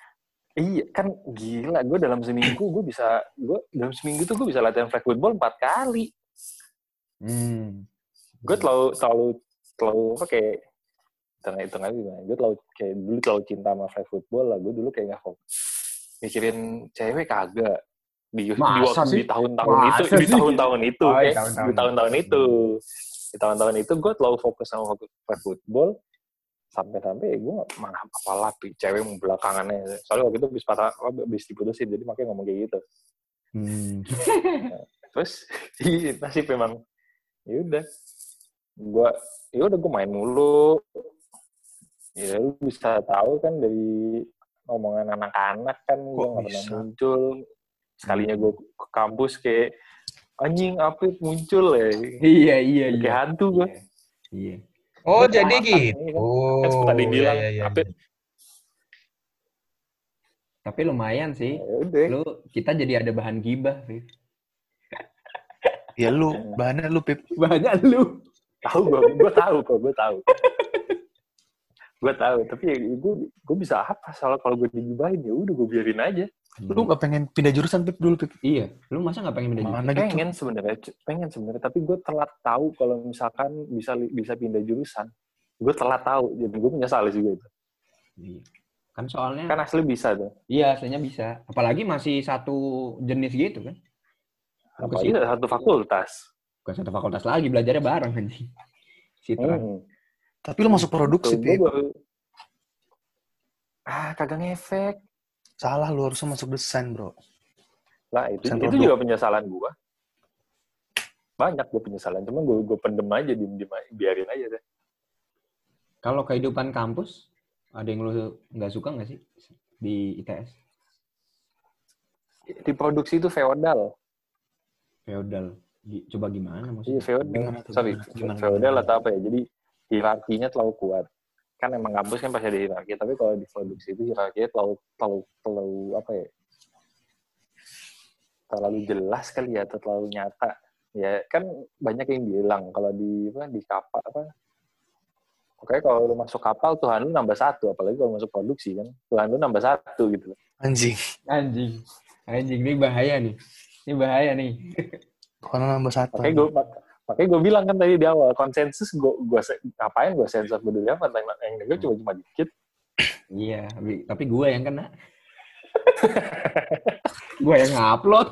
Iya kan gila, gue dalam seminggu gue bisa, gue dalam seminggu tuh gue bisa latihan flag football empat kali. Hmm. Gue terlalu terlalu terlalu apa kayak tengah hitung aja gimana. Gue terlalu kayak dulu terlalu cinta sama flag football lah. Gue dulu kayak nggak fokus mikirin cewek kagak di di Masa waktu sih? di tahun-tahun Masa itu sih? di tahun-tahun itu Oh, di eh tahun-tahun di tahun-tahun itu. itu di tahun-tahun itu gue terlalu fokus sama flag football sampai-sampai gue malah apalah cewek mau belakangannya. Soalnya waktu itu habis patah habis diputusin jadi makanya ngomong kayak gitu. Hmm. Nah, terus iya nasib memang ya udah gue ya udah gue main mulu ya lu bisa tahu kan dari omongan anak-anak kan gue nggak pernah muncul sekalinya gue ke kampus kayak anjing Apit muncul ya Iya iya iya. kayak hantu gue. Iya. Oh, Gua jadi termakan, gitu. kan, kan seperti tadi Oh, bilang iya, iya, Apit. iya. Tapi lumayan sih. Ya udah. Lu kita jadi ada bahan gibah, Pip. Ya lu, bahannya lu, Pip. Bahannya lu. Tahu gue, gue tahu kok, gue tahu. Gue tahu, tapi gue gue bisa apa soal kalau gue digibahin ya udah gue biarin aja. Lu nggak pengen pindah jurusan, Pip, dulu, Pip? Iya, lu masa nggak pengen pindah jurusan? Mana gitu? Pengen sebenarnya, pengen sebenarnya, tapi gue telat tahu kalau misalkan bisa bisa pindah jurusan. Gue telat tahu, jadi gue menyesal juga itu. Iya. Kan soalnya Kan asli bisa tuh. iya, aslinya bisa. Apalagi masih satu jenis gitu kan. Apalagi satu fakultas. Bukan satu fakultas lagi, belajarnya bareng anjing. Citra. Hmm. Tapi lu masuk produksi, Tuh, Pip. baru... Ah, kagak ngefek. Salah, lu harusnya masuk desain, bro. Lah, itu, Desain itu produk. juga penyesalan gue. Banyak gue penyesalan, cuma gue gue pendem aja, diem-diem aja, biarin aja deh. Kalau kehidupan kampus, ada yang lu nggak suka nggak sih di I T S? Di produksi itu feodal. Feodal. Coba gimana Iya, maksudnya? feodal. Gimana tuh? Sorry, Gimana, feodal gimana? atau apa ya? Jadi hierarkinya terlalu kuat. Kan emang kampus kan pasti ada hierarki, tapi kalau di produksi itu hierarkinya terlalu terlalu terlalu apa ya? Terlalu jelas kali ya, atau terlalu nyata. Ya kan banyak yang bilang kalau di apa di kapal apa? Oke, kalau lu masuk kapal Tuhan lu nambah satu, apalagi kalau masuk produksi kan Tuhan lu nambah satu gitu. Anjing. Anjing. Anjing, ini bahaya nih. Ini bahaya nih. Kalau nambah satu. Makanya gue makanya gue bilang kan tadi di awal konsensus gue gue ngapain gue sensor peduli apa yang gue cuma cuma dikit. Iya, tapi gue yang kena. Gue yang ngupload.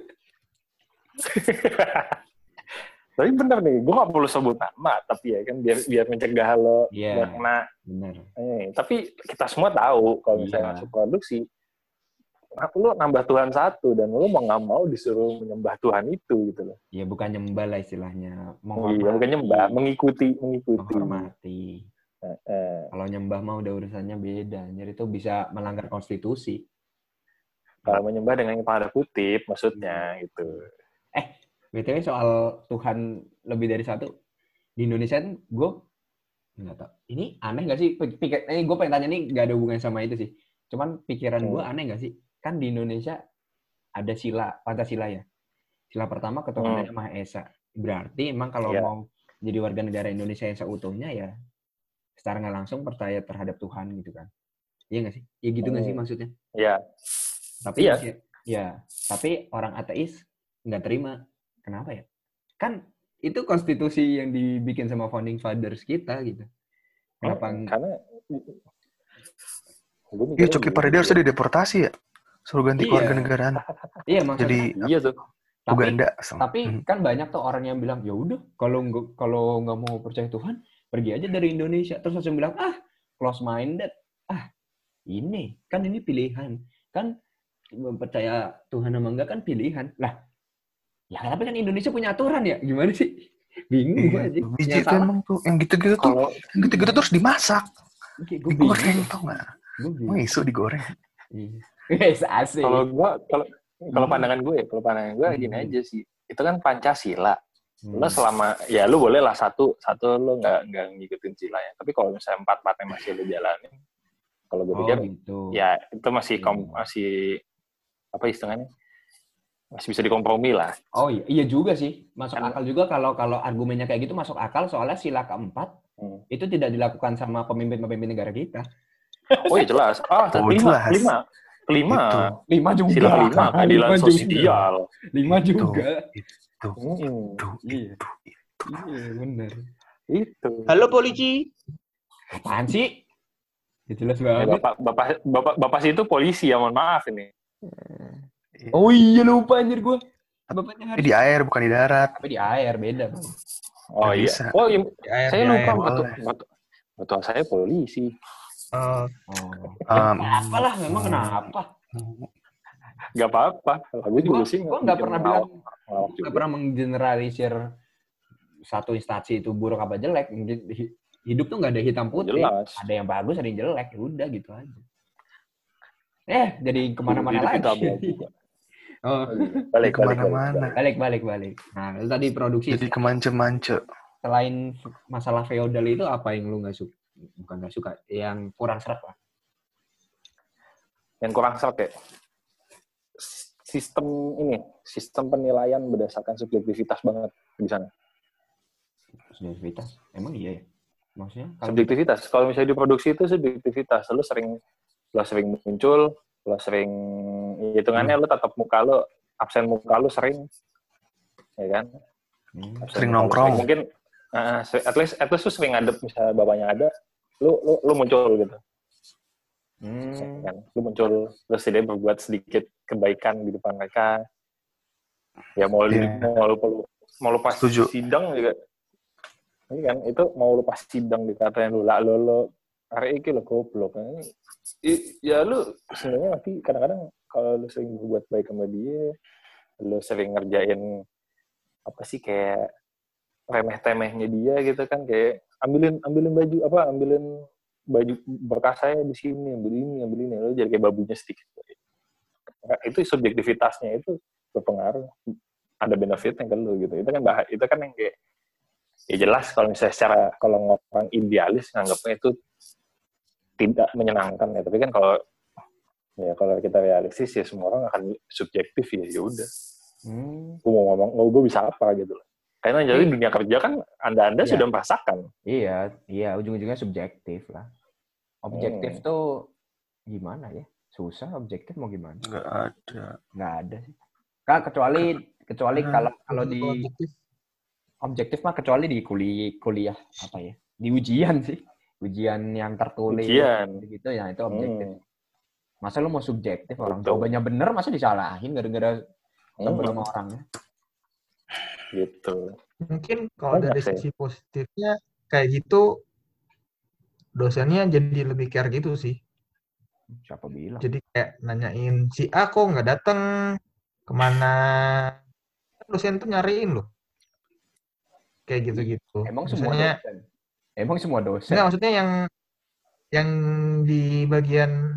Tapi bener nih, gue gak perlu sebut nama, tapi ya kan biar biar mencegah lo Iya, kena. bener. Eh, tapi kita semua tahu kalau misalnya Iya. masuk produksi, lo nambah Tuhan satu dan lo mau nggak mau disuruh menyembah Tuhan itu gitu loh. Iya, bukan nyembah lah istilahnya. Iya, bukan nyembah, mengikuti, mengikuti. Menghormati. Eh, eh. Kalau nyembah mah udah urusannya beda. Jadi itu bisa melanggar konstitusi. Kalau menyembah dengan yang tanda kutip, maksudnya gitu. Eh, B T W soal Tuhan lebih dari satu. Di Indonesia kan gue nggak tahu. Ini aneh nggak sih? Pikir, eh, gue pengen tanya nih nggak ada hubungan sama itu sih. Cuman pikiran gue aneh nggak sih? Kan di Indonesia ada sila, Pancasila ya. Sila pertama ketuhanan yang Maha Esa. Berarti emang kalau yeah. mau jadi warga negara Indonesia yang seutuhnya ya secara nggak langsung percaya terhadap Tuhan gitu kan. Iya nggak sih? Ya gitu nggak hmm. sih maksudnya? Iya. Tapi iya. ya, ya, tapi orang ateis nggak terima. Kenapa ya? Kan itu konstitusi yang dibikin sama founding fathers kita gitu. Kenapa? Hmm, karena iya, Coki Pardede harusnya dideportasi ya. Suruh ganti iya. keluarga negaraan. Iya, maksudnya. Jadi iya tuh. Tapi, Uganda. tapi hmm. kan banyak tuh orang yang bilang, ya udah kalau nggak kalau nggak mau percaya Tuhan, pergi aja dari Indonesia. Terus langsung bilang, ah, close minded. Ah, ini kan ini pilihan. Kan percaya Tuhan sama enggak kan pilihan. Lah, ya tapi kan Indonesia punya aturan ya. Gimana sih? Bingung gue aja. Biji itu emang tuh. Yang gitu-gitu tuh. Kalau, yang gitu-gitu terus dimasak. Gue digoreng tau gak? Mau isu digoreng. Yes, asik. Kalau gue, kalau kalau pandangan gue ya, kalau pandangan gue gini hmm. aja sih. Itu kan Pancasila. Hmm. Lo selama, ya lo boleh lah satu, satu lo nggak nggak ngikutin sila ya. Tapi kalau misalnya empat-empatnya masih lo jalanin, kalau gue pikir, oh, gitu. Ya itu masih kom, masih apa istilahnya? Masih bisa dikompromi lah. Oh iya, iya juga sih. Masuk kan. Akal juga kalau kalau argumennya kayak gitu masuk akal soalnya sila keempat hmm. itu tidak dilakukan sama pemimpin-pemimpin negara kita. Oh iya jelas. Ah, oh, lima, jelas. lima. Kelima. Itu. Lima juga. Sila kelima, keadilan Lima sosial. Juga. Lima Itu. juga. Itu. Hmm. Itu. Iya. Itu. Itu. Iya, benar. Itu. Halo polisi. Apaan sih? Ya, jelas Ya, banget. bapak, bapak, bapak, bapak situ polisi ya, mohon maaf ini. Oh iya, lupa anjir gue. Bapaknya Ini harus. di air bukan di darat. Tapi di air, beda. Bang. Oh Nggak iya. bisa. Oh iya. Di air, Saya di lupa air. betul, Boleh. betul, betul saya polisi. Oh, Oh. Um, Apalah, memang kenapa? Gak apa-apa. Gue juga Gue sih gue nggak pernah bilang, ngelawak nggak juga. pernah menggeneralisir satu instansi itu buruk apa jelek. Hidup tuh nggak ada hitam putih. Jelas. Ada yang bagus, ada yang jelek. Ya udah gitu aja. Eh, jadi kemana-mana Hidup kita lagi. juga. Oh, Balik, balik, balik. kemana-mana. balik, balik, balik. Nah, itu tadi produksi. Jadi kemance-mance. Selain masalah feodal itu, apa yang lu nggak suka? Bukan nggak suka, yang kurang seret lah. Yang kurang seret ya. Sistem ini, sistem penilaian berdasarkan subjektivitas banget di sana. Subjektivitas, emang iya ya? Maksudnya? Kalau Subjektivitas. Kalau misalnya diproduksi itu subjektivitas. Lu sering, lu sering muncul, lu sering, hitungannya lu tatap muka lu, absen muka lu sering, ya kan? Hmm. Absen Sering muka lu nongkrong. Mungkin, uh, at least, at least lu sering ngadep, misalnya bapaknya ada, lu, lu, lu muncul gitu. Hmm. Kan? Lu muncul, terus dia berbuat sedikit kebaikan di depan mereka. Ya mau lu, Yeah. mau lu, mau lu, mau lu pas Setuju. sidang juga. Ini kan, itu mau lu pas sidang dikatain lu, lah lu, lu, hari ini lu goblok. I, ya lu sebenarnya nanti kadang-kadang kalau lu sering berbuat baik sama dia, lu sering ngerjain apa sih kayak remeh-temehnya dia gitu kan, kayak ambilin ambilin baju apa, ambilin baju bekas saya di sini, ambil ini, ambil ini, lu jadi kayak babunya sedikit. Nah, itu subjektivitasnya itu berpengaruh, ada benefitnya ke lu gitu. Itu kan bah, itu kan yang kayak ya jelas kalau misalnya secara kalau orang idealis nganggapnya itu tidak menyenangkan ya, tapi kan kalau ya kalau kita realistis ya semua orang akan subjektif ya, ya udah. Hmm. Gue mau ngomong, gue bisa apa gitu loh. Karena jadi Iya. dunia kerja kan anda-anda Iya. sudah merasakan. Iya, iya ujung-ujungnya subjektif lah. Objektif Hmm. tuh gimana ya? Susah objektif mau gimana? Nggak ada. Nggak ada sih. Kak, kecuali kecuali Nah, kalau kalau di objektif. objektif mah kecuali di kuliah kuliah apa ya? Di ujian sih. Ujian yang tertulis Ujian. gitu ya itu objektif. Hmm. Masa lu mau subjektif orang Betul. jawabannya bener masa disalahin gara-gara sebel Hmm. sama orangnya? Gitu. Mungkin kalau Banyak dari sih. sisi positifnya kayak gitu dosennya jadi lebih care gitu sih. Siapa bilang? Jadi kayak nanyain si A kok nggak datang kemana, dosen tuh nyariin loh kayak gitu-gitu. Emang semua Misalnya dosen? Emang semua dosen? enggak, maksudnya yang yang di bagian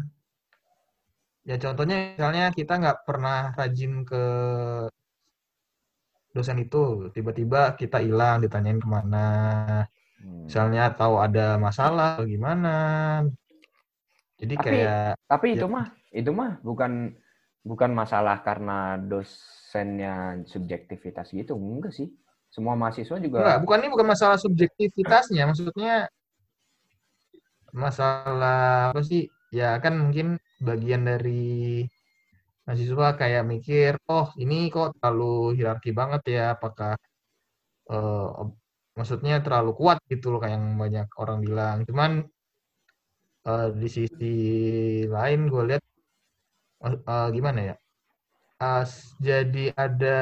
ya contohnya misalnya kita nggak pernah rajin ke dosen itu, tiba-tiba kita hilang ditanyain kemana, Hmm. misalnya atau ada masalah atau gimana. Jadi Tapi kayak tapi itu ya- mah itu mah bukan bukan masalah karena dosennya subjektivitas gitu, enggak sih. Semua mahasiswa juga enggak, bukan ini bukan masalah subjektivitasnya, maksudnya masalah apa sih? Ya kan mungkin bagian dari mahasiswa kayak mikir, oh ini kok terlalu hierarki banget ya, apakah eh, ob- maksudnya terlalu kuat gitu loh kayak yang banyak orang bilang. Cuman eh, di sisi lain gue lihat mak- eh, gimana ya? As, jadi ada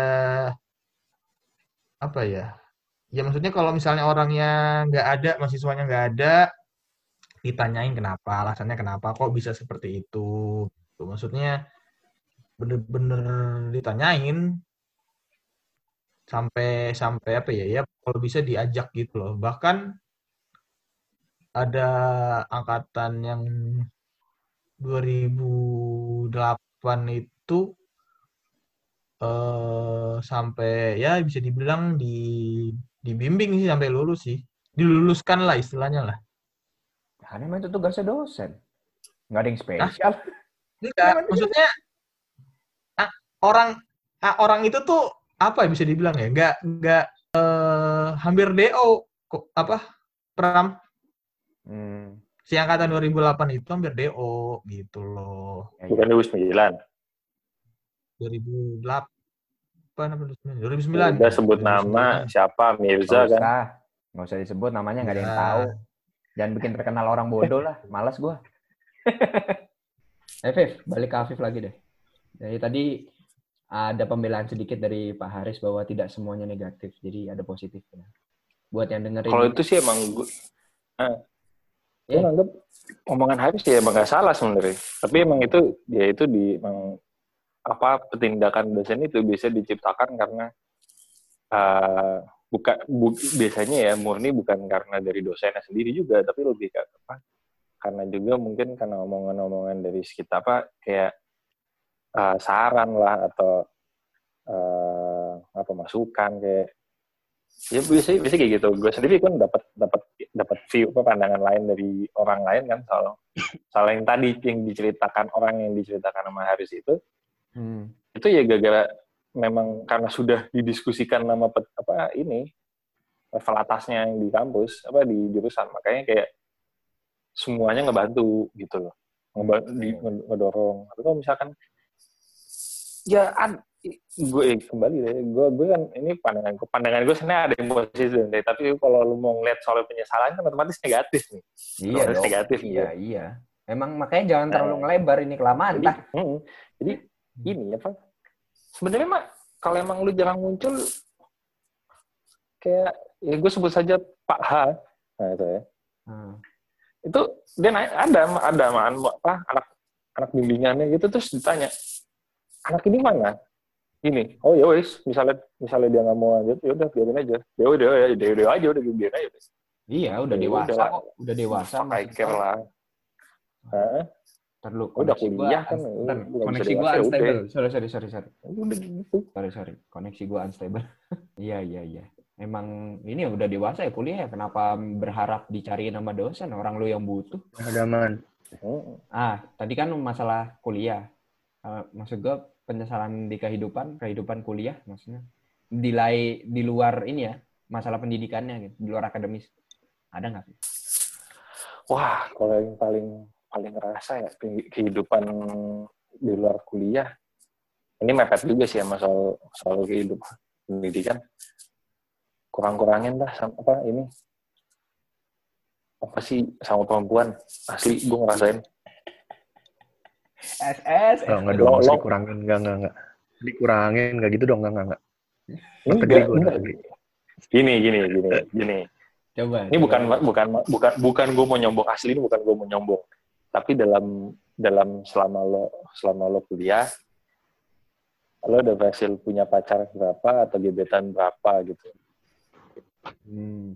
apa ya? Ya maksudnya kalau misalnya orangnya nggak ada, mahasiswanya nggak ada, ditanyain kenapa, alasannya kenapa kok bisa seperti itu. Tuh, maksudnya bener-bener ditanyain sampai sampai apa ya? Ya kalau bisa diajak gitu loh. Bahkan ada angkatan yang dua ribu delapan itu eh, sampai ya bisa dibilang di dibimbing sih sampai lulus sih. Diluluskan lah istilahnya lah. karena memang itu tugasnya dosen. Nggak ada yang spesial. Enggak, maksudnya ah, orang ah, orang itu tuh apa ya bisa dibilang ya? Enggak enggak eh, hampir D O kok apa Pram. Hmm. Si angkatan dua ribu delapan itu hampir D O gitu loh. Ya, Bukan ya. dua ribu sembilan. dua ribu delapan apa dua ribu sembilan? Udah Ya, sebut dua ribu nama sembilan. siapa Mirza Nggak kan. usah. Nggak usah disebut namanya, nggak ada yang Ya. tahu. Jangan bikin terkenal orang bodoh lah. Malas gue. Eh, Viv, balik ke Afif lagi deh. Jadi tadi ada pembelaan sedikit dari Pak Haris bahwa tidak semuanya negatif. Jadi ada positifnya. Buat yang dengerin. Kalau itu sih emang gue, ah, gue Eh. nganggep omongan Haris ya emang gak salah sebenarnya. Tapi emang itu ya itu di emang apa tindakan dosen itu bisa diciptakan karena uh, bukan bu, biasanya ya murni bukan karena dari dosennya sendiri juga, tapi lebih ke apa? Karena juga mungkin karena omongan-omongan dari sekitar apa kayak uh, saran lah atau uh, apa masukan kayak ya biasanya biasanya kayak gitu. Gue sendiri kan dapat dapat dapat view apa pandangan lain dari orang lain kan soal soal yang tadi yang diceritakan orang yang diceritakan sama Haris itu hmm. itu ya gara-gara memang karena sudah didiskusikan nama apa ini level atasnya yang di kampus apa di jurusan, makanya kayak semuanya ngebantu gitu loh, ngebantu, di, ngedorong. Tapi kalau misalkan ya ad, gue eh, kembali deh, gue gue kan ini pandangan gue pandangan gue sebenarnya ada yang positif deh, tapi kalau lu mau ngeliat soal penyesalan kan otomatis negatif nih. Iya dong. Negatif iya gitu. iya. Emang makanya jangan terlalu nah, ngelebar ini kelamaan. Jadi, hmm, jadi ini apa? Sebenarnya mah kalau emang lu jarang muncul, kayak ya gue sebut saja Pak H, nah itu ya. Hmm. Itu dia naik ada ada apa anak anak bimbingannya gitu terus ditanya anak ini mana? Ini, oh ya wes, misalnya misalnya dia nggak mau lanjut, ya udah biarin aja. Ya udah ya dia dia aja udah biarin aja. Iya, udah ya, dewasa udah, kok, udah dewasa. Pakai lah. Heeh. Terlalu udah kuliah kan. Dan koneksi gua unstable. Sorry sorry sorry sorry. Udah gitu. Sorry sorry. Koneksi gua unstable. Iya iya iya. Emang ini udah dewasa ya kuliah ya. Kenapa berharap dicariin sama dosen orang lu yang butuh? Ada man. Ah, tadi kan masalah kuliah. Uh, maksud gua penyesalan di kehidupan, kehidupan kuliah maksudnya. Di lai, di luar ini ya, masalah pendidikannya gitu, di luar akademis. Ada nggak sih? Wah, kalau yang paling paling ngerasa ya kehidupan di luar kuliah. Ini mepet juga sih sama soal soal kehidupan pendidikan. Kurang-kurangin dah sama apa ini. Apa sih sama perempuan? Asli gue ngerasain. S S Oh, enggak dong, mesti dikurangin, enggak, enggak, enggak. Dikurangin, enggak gitu dong, enggak, enggak, enggak. Enggak, enggak. Gini, gini, gini, gini. Coba. Ini coba. bukan bukan bukan bukan gue mau nyombong, asli ini bukan gue mau nyombong. Tapi dalam dalam selama lo selama lo kuliah, lo udah berhasil punya pacar berapa atau gebetan berapa gitu. Hmm.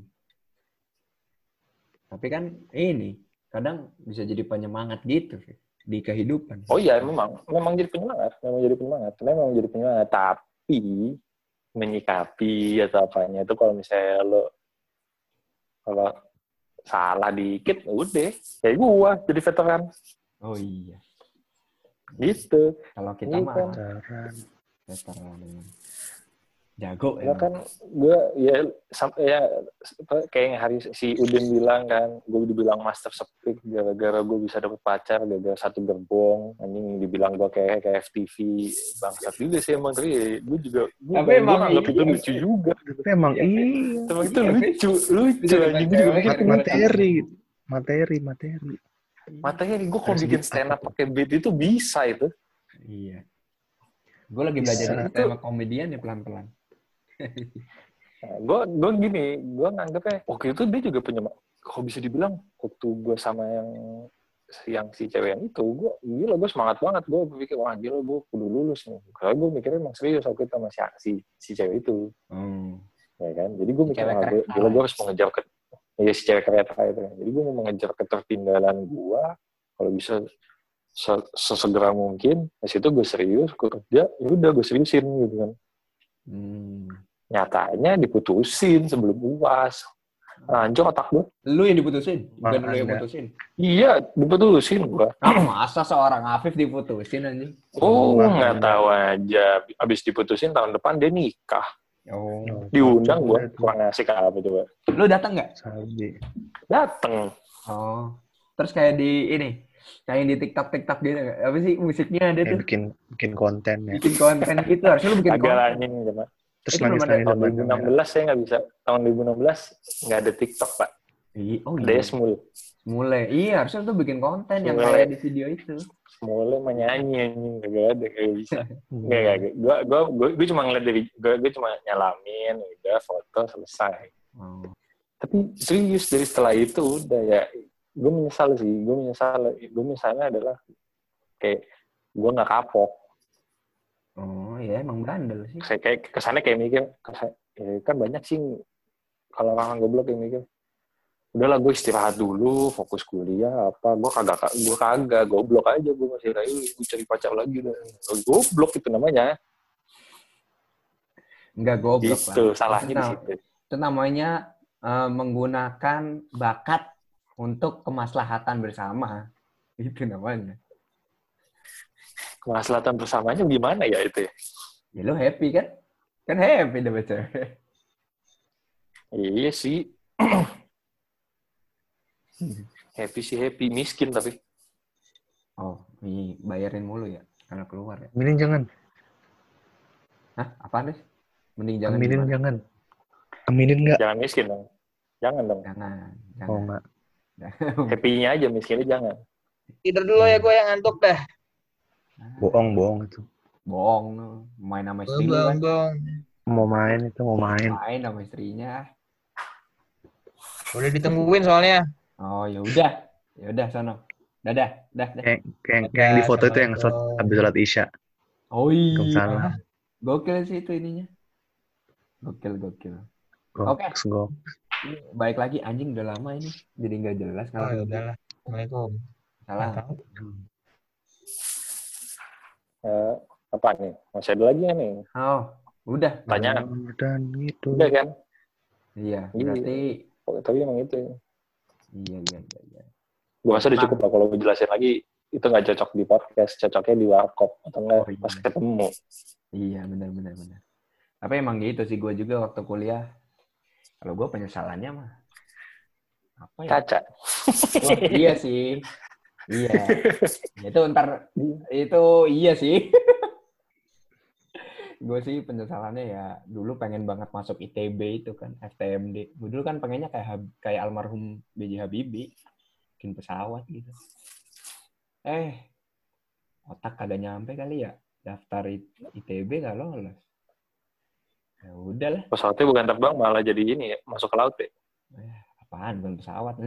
Tapi kan ini kadang bisa jadi penyemangat gitu di kehidupan. Oh iya, memang memang jadi penyemangat, memang jadi penyemangat, memang jadi penyemangat. Tapi menyikapi atau apanya itu kalau misalnya lo kalau salah dikit, udah kayak gua jadi veteran. Oh iya. Gitu. Kalau kita mah veteran, veteran jago ya. Kan gue ya sampai ya kayak yang hari si Udin bilang kan, gue dibilang master speak gara-gara gue bisa dapet pacar gara-gara satu gerbong, anjing dibilang gue kayak kayak F T V bangsat juga sih emang, tapi gue juga gue tapi emang nganggap itu lucu juga. Tapi emang iya. Emang itu lucu, lucu anjing gue juga mikir materi, materi, materi. Materi gue kalau bikin stand up pakai beat itu bisa itu. Iya. Gue lagi belajar stand up komedian ya pelan-pelan. Nah, gue gue gini, gue nganggepnya waktu itu dia juga punya, kok bisa dibilang waktu gue sama yang yang si cewek yang itu, gue gila gue semangat banget, gue berpikir wah gila gue kudu lulus nih, karena gue mikirnya emang serius waktu itu sama si si, si cewek itu, hmm. ya kan, jadi gue mikir ah, gue, gila gue harus mengejar ke, ya si cewek kereta itu, jadi gue mau mengejar ketertinggalan gue, kalau bisa sesegera mungkin, di situ gue serius, gue kerja, ya udah gue seriusin gitu kan. Hmm. Nyatanya diputusin sebelum U A S. Anjir otak gue. Lu yang diputusin? Bukan lu yang putusin? Iya, diputusin gue. Ah, masa seorang Afif diputusin anjing? Oh, nggak tahu aja. Abis diputusin tahun depan dia nikah. Oh. Diundang gue. Kurang asik apa coba. Lu datang nggak? Datang. Oh. Terus kayak di ini, kayak di TikTok TikTok gitu, apa sih musiknya ada Ya, tuh, bikin bikin konten ya. bikin konten gitu. Harusnya lu bikin Agak konten. anjing coba. Terus Itu belum ada. nangis-nangis Tahun depan dua ribu enam kamera. belas saya nggak bisa. Tahun dua ribu enam belas nggak ada TikTok, Pak. Iya, oh Ada iya. Smule. Mulai. Iya, harusnya tuh bikin konten yang Smule. kayak di video itu. Smule menyanyi anjing, nggak ada, nggak bisa. Nggak, nggak. Gue, gue, gue, gue cuma ngeliat dari, gue, gue cuma nyalamin, udah foto selesai. Oh. Tapi serius dari setelah itu udah ya, gue menyesal sih. Gue menyesal. Gue misalnya adalah kayak gue nggak kapok. Oh, ya emang bandel sih. Saya kayak kesannya kayak mikir, kesan, ya kan banyak sih kalau orang goblok yang mikir, udahlah gue istirahat dulu, fokus kuliah apa, gue kagak, gue kagak, goblok aja gue masih kayak, gue cari pacar lagi dah, goblok itu namanya. Enggak goblok Gitu, lah. salahnya Itu di nam- situ. Itu namanya eh, menggunakan bakat untuk kemaslahatan bersama. Itu namanya. Kemaslahatan bersamanya gimana ya itu ya? Ya lu happy kan? Kan happy deh baca. Iya sih. Happy sih happy, miskin tapi. Oh, ini bayarin mulu ya karena keluar ya. Aminin jangan. Hah? Apaan deh? Mending jangan Aminin gimana? jangan. Aminin nggak? Jangan miskin dong. Jangan dong. Jangan. Jangan. Oh nggak. Happy-nya aja, miskinnya jangan. Tidur dulu ya gue yang ngantuk dah. Bohong, bohong itu. Bohong lu. Main sama istri lu Bong, kan. bong. Mau main itu mau main. Main sama istrinya. Udah ditungguin soalnya. Oh, ya udah. Ya udah sono. Dadah, dah, dah. Kayak kayak kayak yang di foto itu yang sholat Assalamualaikum. habis sholat isya. Oh iya. Waalaikumsalam. Gokil sih itu ininya. Gokil, gokil. Oke. Goks, goks. Ini baik lagi anjing udah lama ini. Jadi nggak jelas Oh, kalau ya udahlah. Assalamualaikum. salah. Nggak tahu. Eh, apa nih? Masih ada lagi nggak nih? Oh, udah. Tanya. Dan gitu. Udah kan? Iya, Iya. berarti Oh, tapi emang itu. iya, iya, iya, iya. Gue rasa udah cukup lah kalau jelasin lagi. Itu nggak cocok di podcast, cocoknya di warkop atau enggak Oh, iya. pas ketemu. Iya, benar, benar, benar. Tapi emang gitu sih gue juga waktu kuliah. Kalau gue penyesalannya mah apa ya? Caca. Wah, iya sih. Iya. Itu ntar itu iya sih. Gue sih penyesalannya ya dulu pengen banget masuk I T B itu kan, F T M D. Gue dulu kan pengennya kayak Hab- kayak almarhum B J Habibie, bikin pesawat gitu. Eh, otak kagak nyampe kali ya. Daftar I- ITB gak lolos. Ya udahlah. Pesawatnya bukan terbang, malah jadi ini ya, masuk ke laut ya. Eh, apaan bukan pesawat.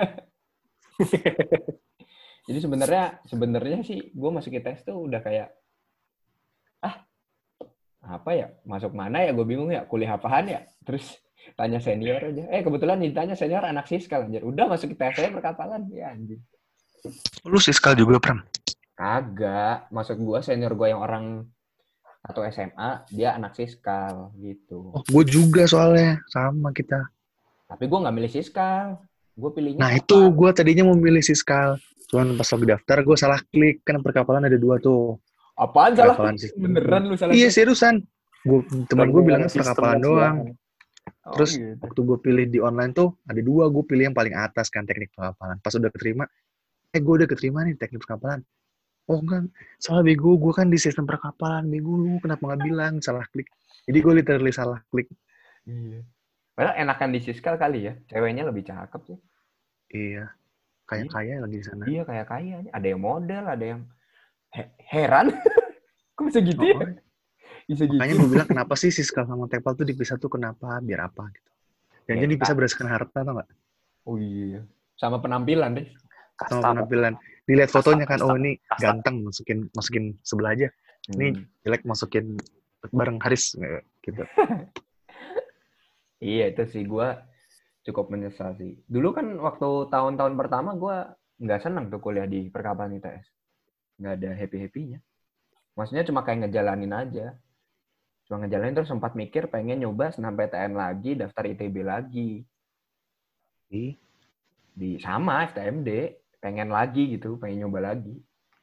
Jadi sebenarnya sebenarnya sih gue masuk I T S tuh udah kayak ah apa ya masuk mana ya gue bingung ya kuliah apaan ya terus tanya senior aja eh kebetulan ditanya senior anak Siskal anjir udah masuk I T S aja perkapalan ya anjir Lu Siskal juga, Pram? kagak masuk gue senior gue yang orang atau S M A dia anak Siskal gitu Oh, gue juga soalnya. Sama kita. tapi gue nggak milih Siskal gue pilihnya Nah, apa? itu gue tadinya mau milih Siskal. Cuman pas lagi daftar, gue salah klik. Kan perkapalan ada dua tuh. apaan salah Perkapalan sistem. beneran lu salah Iya, seriusan. Gua, temen gue bilangnya Sistem perkapalan dan doang. Oh, Terus gitu. waktu gue pilih di online tuh, ada dua. Gue pilih yang paling atas kan, teknik perkapalan. Pas udah keterima, eh gue udah keterima nih teknik perkapalan. Oh enggak, salah bego. Gue kan di sistem perkapalan. Bego lu, kenapa nggak bilang? Salah klik. Jadi gue literally salah klik. Iya. Padahal enakan di Siskal kali ya. Ceweknya lebih cakep sih. Iya. Kayak kaya lagi di sana. Iya kayak kaya. Ada yang model, ada yang he- heran. Kok bisa gitu ya? Oh, Bisa gitu. makanya gue bilang kenapa sih Siskal sama Tepal tuh dipisah tuh kenapa? Biar apa gitu. Yang Ya, jadi dipisah berdasarkan harta tau nggak? Oh iya. Sama penampilan deh. Sama Kasta. penampilan. Dilihat fotonya kan, Kasta, oh ini kasta. ganteng, masukin masukin sebelah aja. Ini Hmm. jelek masukin bareng Haris gitu. Iya itu sih gue cukup menyesal sih. Dulu kan waktu tahun-tahun pertama gue nggak seneng tuh kuliah di perkapalan I T S. Nggak ada happy-happynya. Maksudnya cuma kayak ngejalanin aja. Cuma ngejalanin terus sempat mikir pengen nyoba senam P T N lagi, daftar I T B lagi. Ih, Di sama F T M D, pengen lagi gitu, pengen nyoba lagi.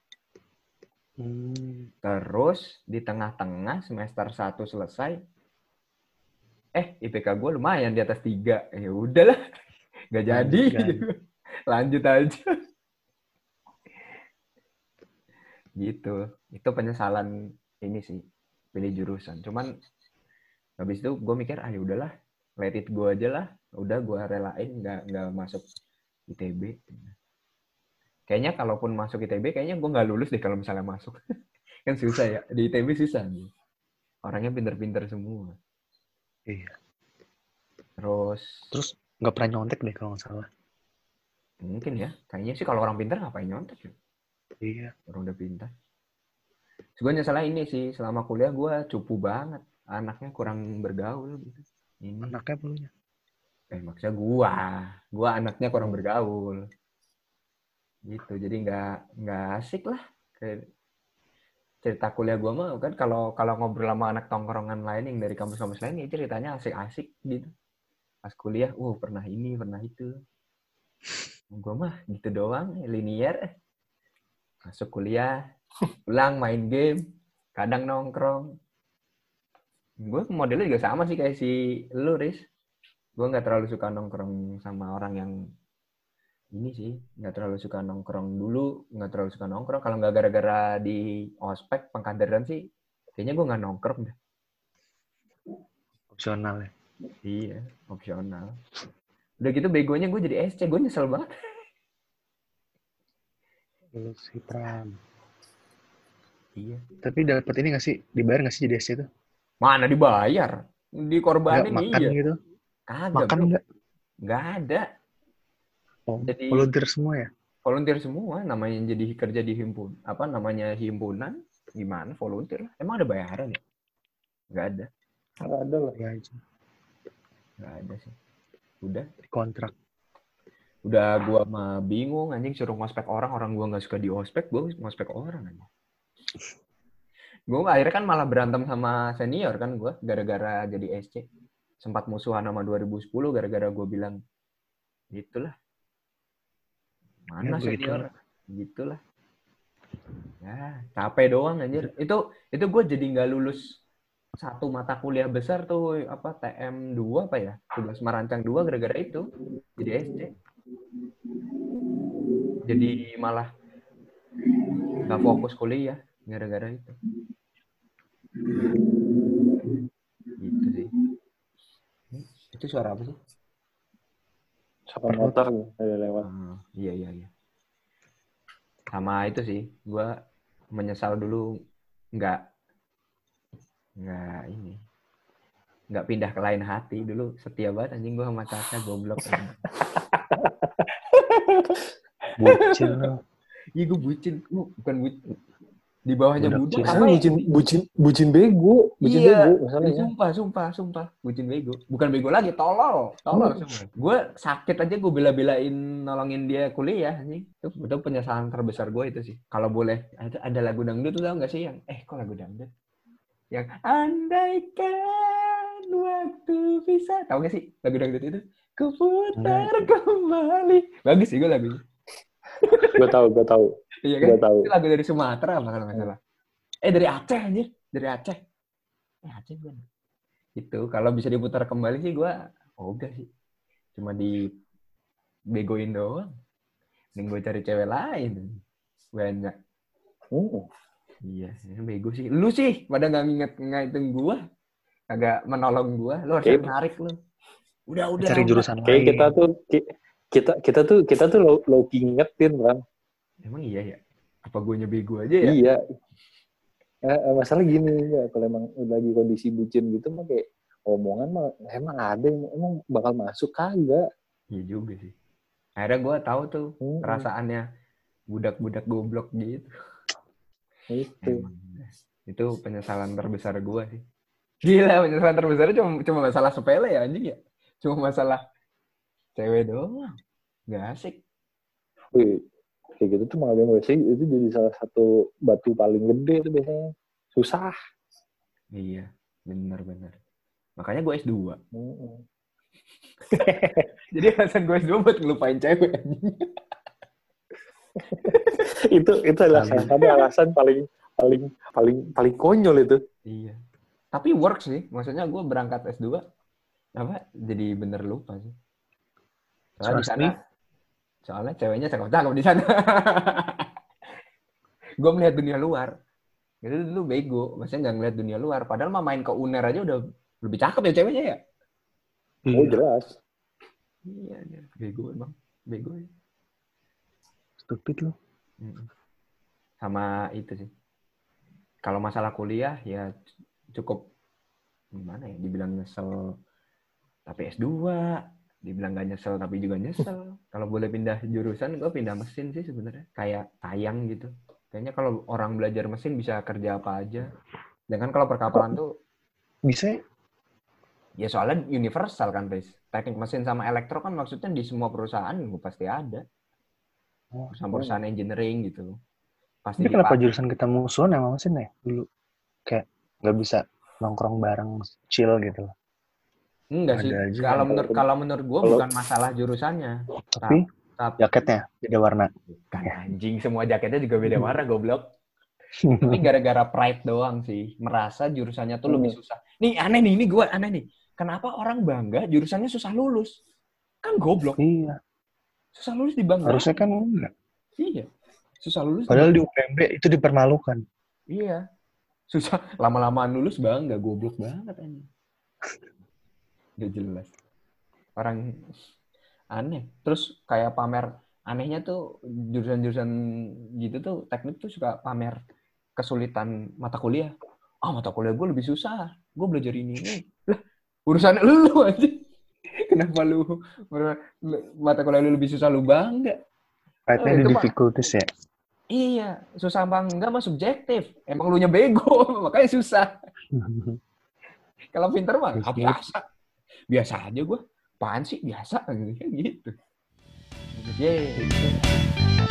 hmm, Terus di tengah-tengah semester satu selesai, eh I P K gue lumayan di atas tiga. Ya udahlah, nggak jadi. Lanjut, Gitu. Lanjut aja. Gitu. Itu penyesalan ini sih, pilih jurusan. Cuman habis itu gue mikir, ah udahlah, let it go aja lah. Udah gue relain nggak nggak masuk I T B. Kayaknya kalaupun masuk I T B, kayaknya gue nggak lulus deh kalau misalnya masuk. Kan susah ya, di I T B susah nih. Orangnya pinter-pinter semua. Iya. Terus, Terus nggak pernah nyontek deh kalau nggak salah. mungkin ya, kayaknya sih kalau orang pintar ngapain nyontek ya? Iya. Orang udah pintar. Gue nyesalah ini sih, selama kuliah gue cupu banget. Anaknya kurang bergaul gitu. Ini. Anaknya perlunya. Eh maksudnya gua, gua anaknya kurang bergaul, gitu. Jadi nggak nggak asik lah. Kayak cerita kuliah gua mah kan kalau kalau ngobrol sama anak tongkrongan lain yang dari kampus-kampus lain, ya ceritanya asik-asik gitu. Pas kuliah, uh pernah ini, pernah itu. Gua mah gitu doang, linear. Masuk kuliah, pulang main game, kadang nongkrong. Gue modelnya juga sama sih kayak si lu, Riz. Gue nggak terlalu suka nongkrong sama orang yang ini sih, nggak terlalu suka nongkrong dulu, nggak terlalu suka nongkrong. Kalau nggak gara-gara di ospek pengkaderan sih, kayaknya gue nggak nongkrong deh. Opsional ya. Iya, opsional. Udah gitu begonya gue jadi S C, gue nyesel banget. Lu si Pram. Iya. Tapi dapat ini nggak sih? Dibayar nggak sih jadi S C itu? Mana dibayar? Dikorbanin Nggak makan iya. gitu? Kagak, Makan bro. nggak? Nggak ada. Oh, Jadi volunteer semua ya? volunteer semua, namanya jadi kerja di himpun. Apa namanya himpunan? Gimana volunteer lah? Emang ada bayaran ya? Nggak ada. Nggak ada lah. Ya aja. Nggak ada sih. Udah. Di kontrak. Udah gua mah bingung anjing suruh ngospek orang, orang gua nggak suka di ospek, gua ngospek orang aja. Gua akhirnya kan malah berantem sama senior kan gua gara-gara jadi S C. Sempat musuhan sama dua ribu sepuluh gara-gara gua bilang gitulah. Mana Ya, senior? Gitulah. Ya, capek doang anjir. Itu itu gua jadi nggak lulus satu mata kuliah besar tuh apa T M dua apa ya? Tugas merancang dua gara-gara itu. Jadi S C. Jadi malah nggak fokus kuliah gara-gara itu. Gitu sih. Itu suara apa sih? Sama motor nih, ada lewat. Oh, iya iya iya. Sama itu sih, gue menyesal dulu nggak nggak ini nggak pindah ke lain hati dulu, setia banget anjing gue sama Caca, goblok. Bucin lo. Iya gue bucin, gue bukan bucin. Di bawahnya Budak budak. cinta. Masalah bucin, bucin, bucin bego, bucin Iya, bego masalahnya. sumpah, sumpah, sumpah. Bucin bego. Bukan bego lagi, tolol. Tolol Hmm. semua. Gue sakit aja gue bela-belain nolongin dia kuliah. Nih. Itu, itu penyesalan terbesar gue itu sih. Kalau boleh, ada, ada lagu dangdut tuh tau gak sih? Yang, eh kok lagu dangdut? Yang, andaikan waktu bisa. Tau gak sih lagu dangdut itu? Kuputar kembali. Bagus sih gue lagunya. Gue tahu, gue tahu. Iya kan? Gue tahu. Itu lagu dari Sumatera apa kalau nggak salah. Eh dari Aceh anjir, dari Aceh. Eh Aceh gue. Itu kalau bisa diputar kembali sih gue ogah sih. Cuma di begoin doang. Mending gue cari cewek lain. Banyak. Hmm. Iya, ini bego sih. Lu sih pada nggak nginget ngaitin gue. Agak menolong gue. Lu harus Kayak- narik lu. Udah, udah. Cari udah. jurusan Kayak lain. kita tuh, ki- kita kita tuh kita tuh low, low key ngetin kan. Emang iya ya? Apa gue bego aja ya? Iya. Eh, eh, masalah gini ya, kalau emang lagi kondisi bucin gitu mah kayak omongan mah emang ada yang emang bakal masuk kagak. Iya juga sih. Akhirnya gue tahu tuh Hmm. perasaannya budak-budak goblok gitu. Itu. Emang. Itu penyesalan terbesar gue sih. Gila, penyesalan terbesarnya cuma cuma masalah sepele ya anjing ya. Cuma masalah cewek doang. Gak asik. Wih, kayak gitu tuh malah W C itu jadi salah satu batu paling gede tuh biasanya. Susah. Iya, benar-benar. Makanya gue S dua. Hmm. Jadi alasan gue S dua buat ngelupain cewek anjing. itu itu adalah salah satu alasan paling paling paling paling konyol itu. Iya. Tapi works sih. Maksudnya gue berangkat S dua apa jadi bener lupa sih. Soalnya di Trust sana me. soalnya ceweknya cakep-cakep di sana. gue melihat dunia luar. Itu dulu bego, maksudnya nggak ngeliat dunia luar. Padahal mah main ke U N E R aja udah lebih cakep ya ceweknya ya. Oh jelas. Iya, iya. Bego emang, bego ya. Stupid lu. Sama itu sih. Kalau masalah kuliah ya cukup gimana ya? Dibilang nyesel tapi S dua, dibilang gak nyesel tapi juga nyesel. Kalau boleh pindah jurusan, gue pindah mesin sih sebenarnya. Kayak sayang gitu. Kayaknya kalau orang belajar mesin bisa kerja apa aja. Dengan kalau perkapalan tuh Bisa ya? ya soalnya universal kan, Riz. Teknik mesin sama elektro kan maksudnya di semua perusahaan pasti ada. Perusahaan-perusahaan engineering gitu. Pasti Tapi kenapa dipakai. jurusan kita musuhan sama mesin ya dulu? Kayak nggak bisa nongkrong bareng chill gitu loh. Enggak sih. Ada aja. Kalau menurut kalau menurut gue Kalau- bukan masalah jurusannya. Tapi Tapi jaketnya beda warna. kan anjing semua jaketnya juga beda warna goblok. Tapi gara-gara pride doang sih. Merasa jurusannya tuh lebih susah. Nih aneh nih, ini gue aneh nih. Kenapa orang bangga jurusannya susah lulus? Kan goblok. Iya. Susah lulus dibangga. Harusnya kan enggak. Iya. Susah lulus. Padahal di dibangga. U P M B itu dipermalukan. Iya. Susah. Lama-lamaan lulus bangga. Goblok banget anjing. Udah jelas. Orang aneh. Terus kayak pamer. Anehnya tuh jurusan-jurusan gitu tuh teknik tuh suka pamer kesulitan mata kuliah. Ah, mata kuliah gue lebih susah. Gue belajar ini ini. Lah, urusan lu aja. Kenapa lu mata kuliah lu lebih susah lu bangga? Pride-nya Oh, di itu mah- difficulties ya. Iya, susah apa enggak mah subjektif. Emang lu nya bego, makanya susah. Kalau pinter mah ah, biasa. Biasa aja gue. Apaan sih? Biasa. Gitu. Yeay.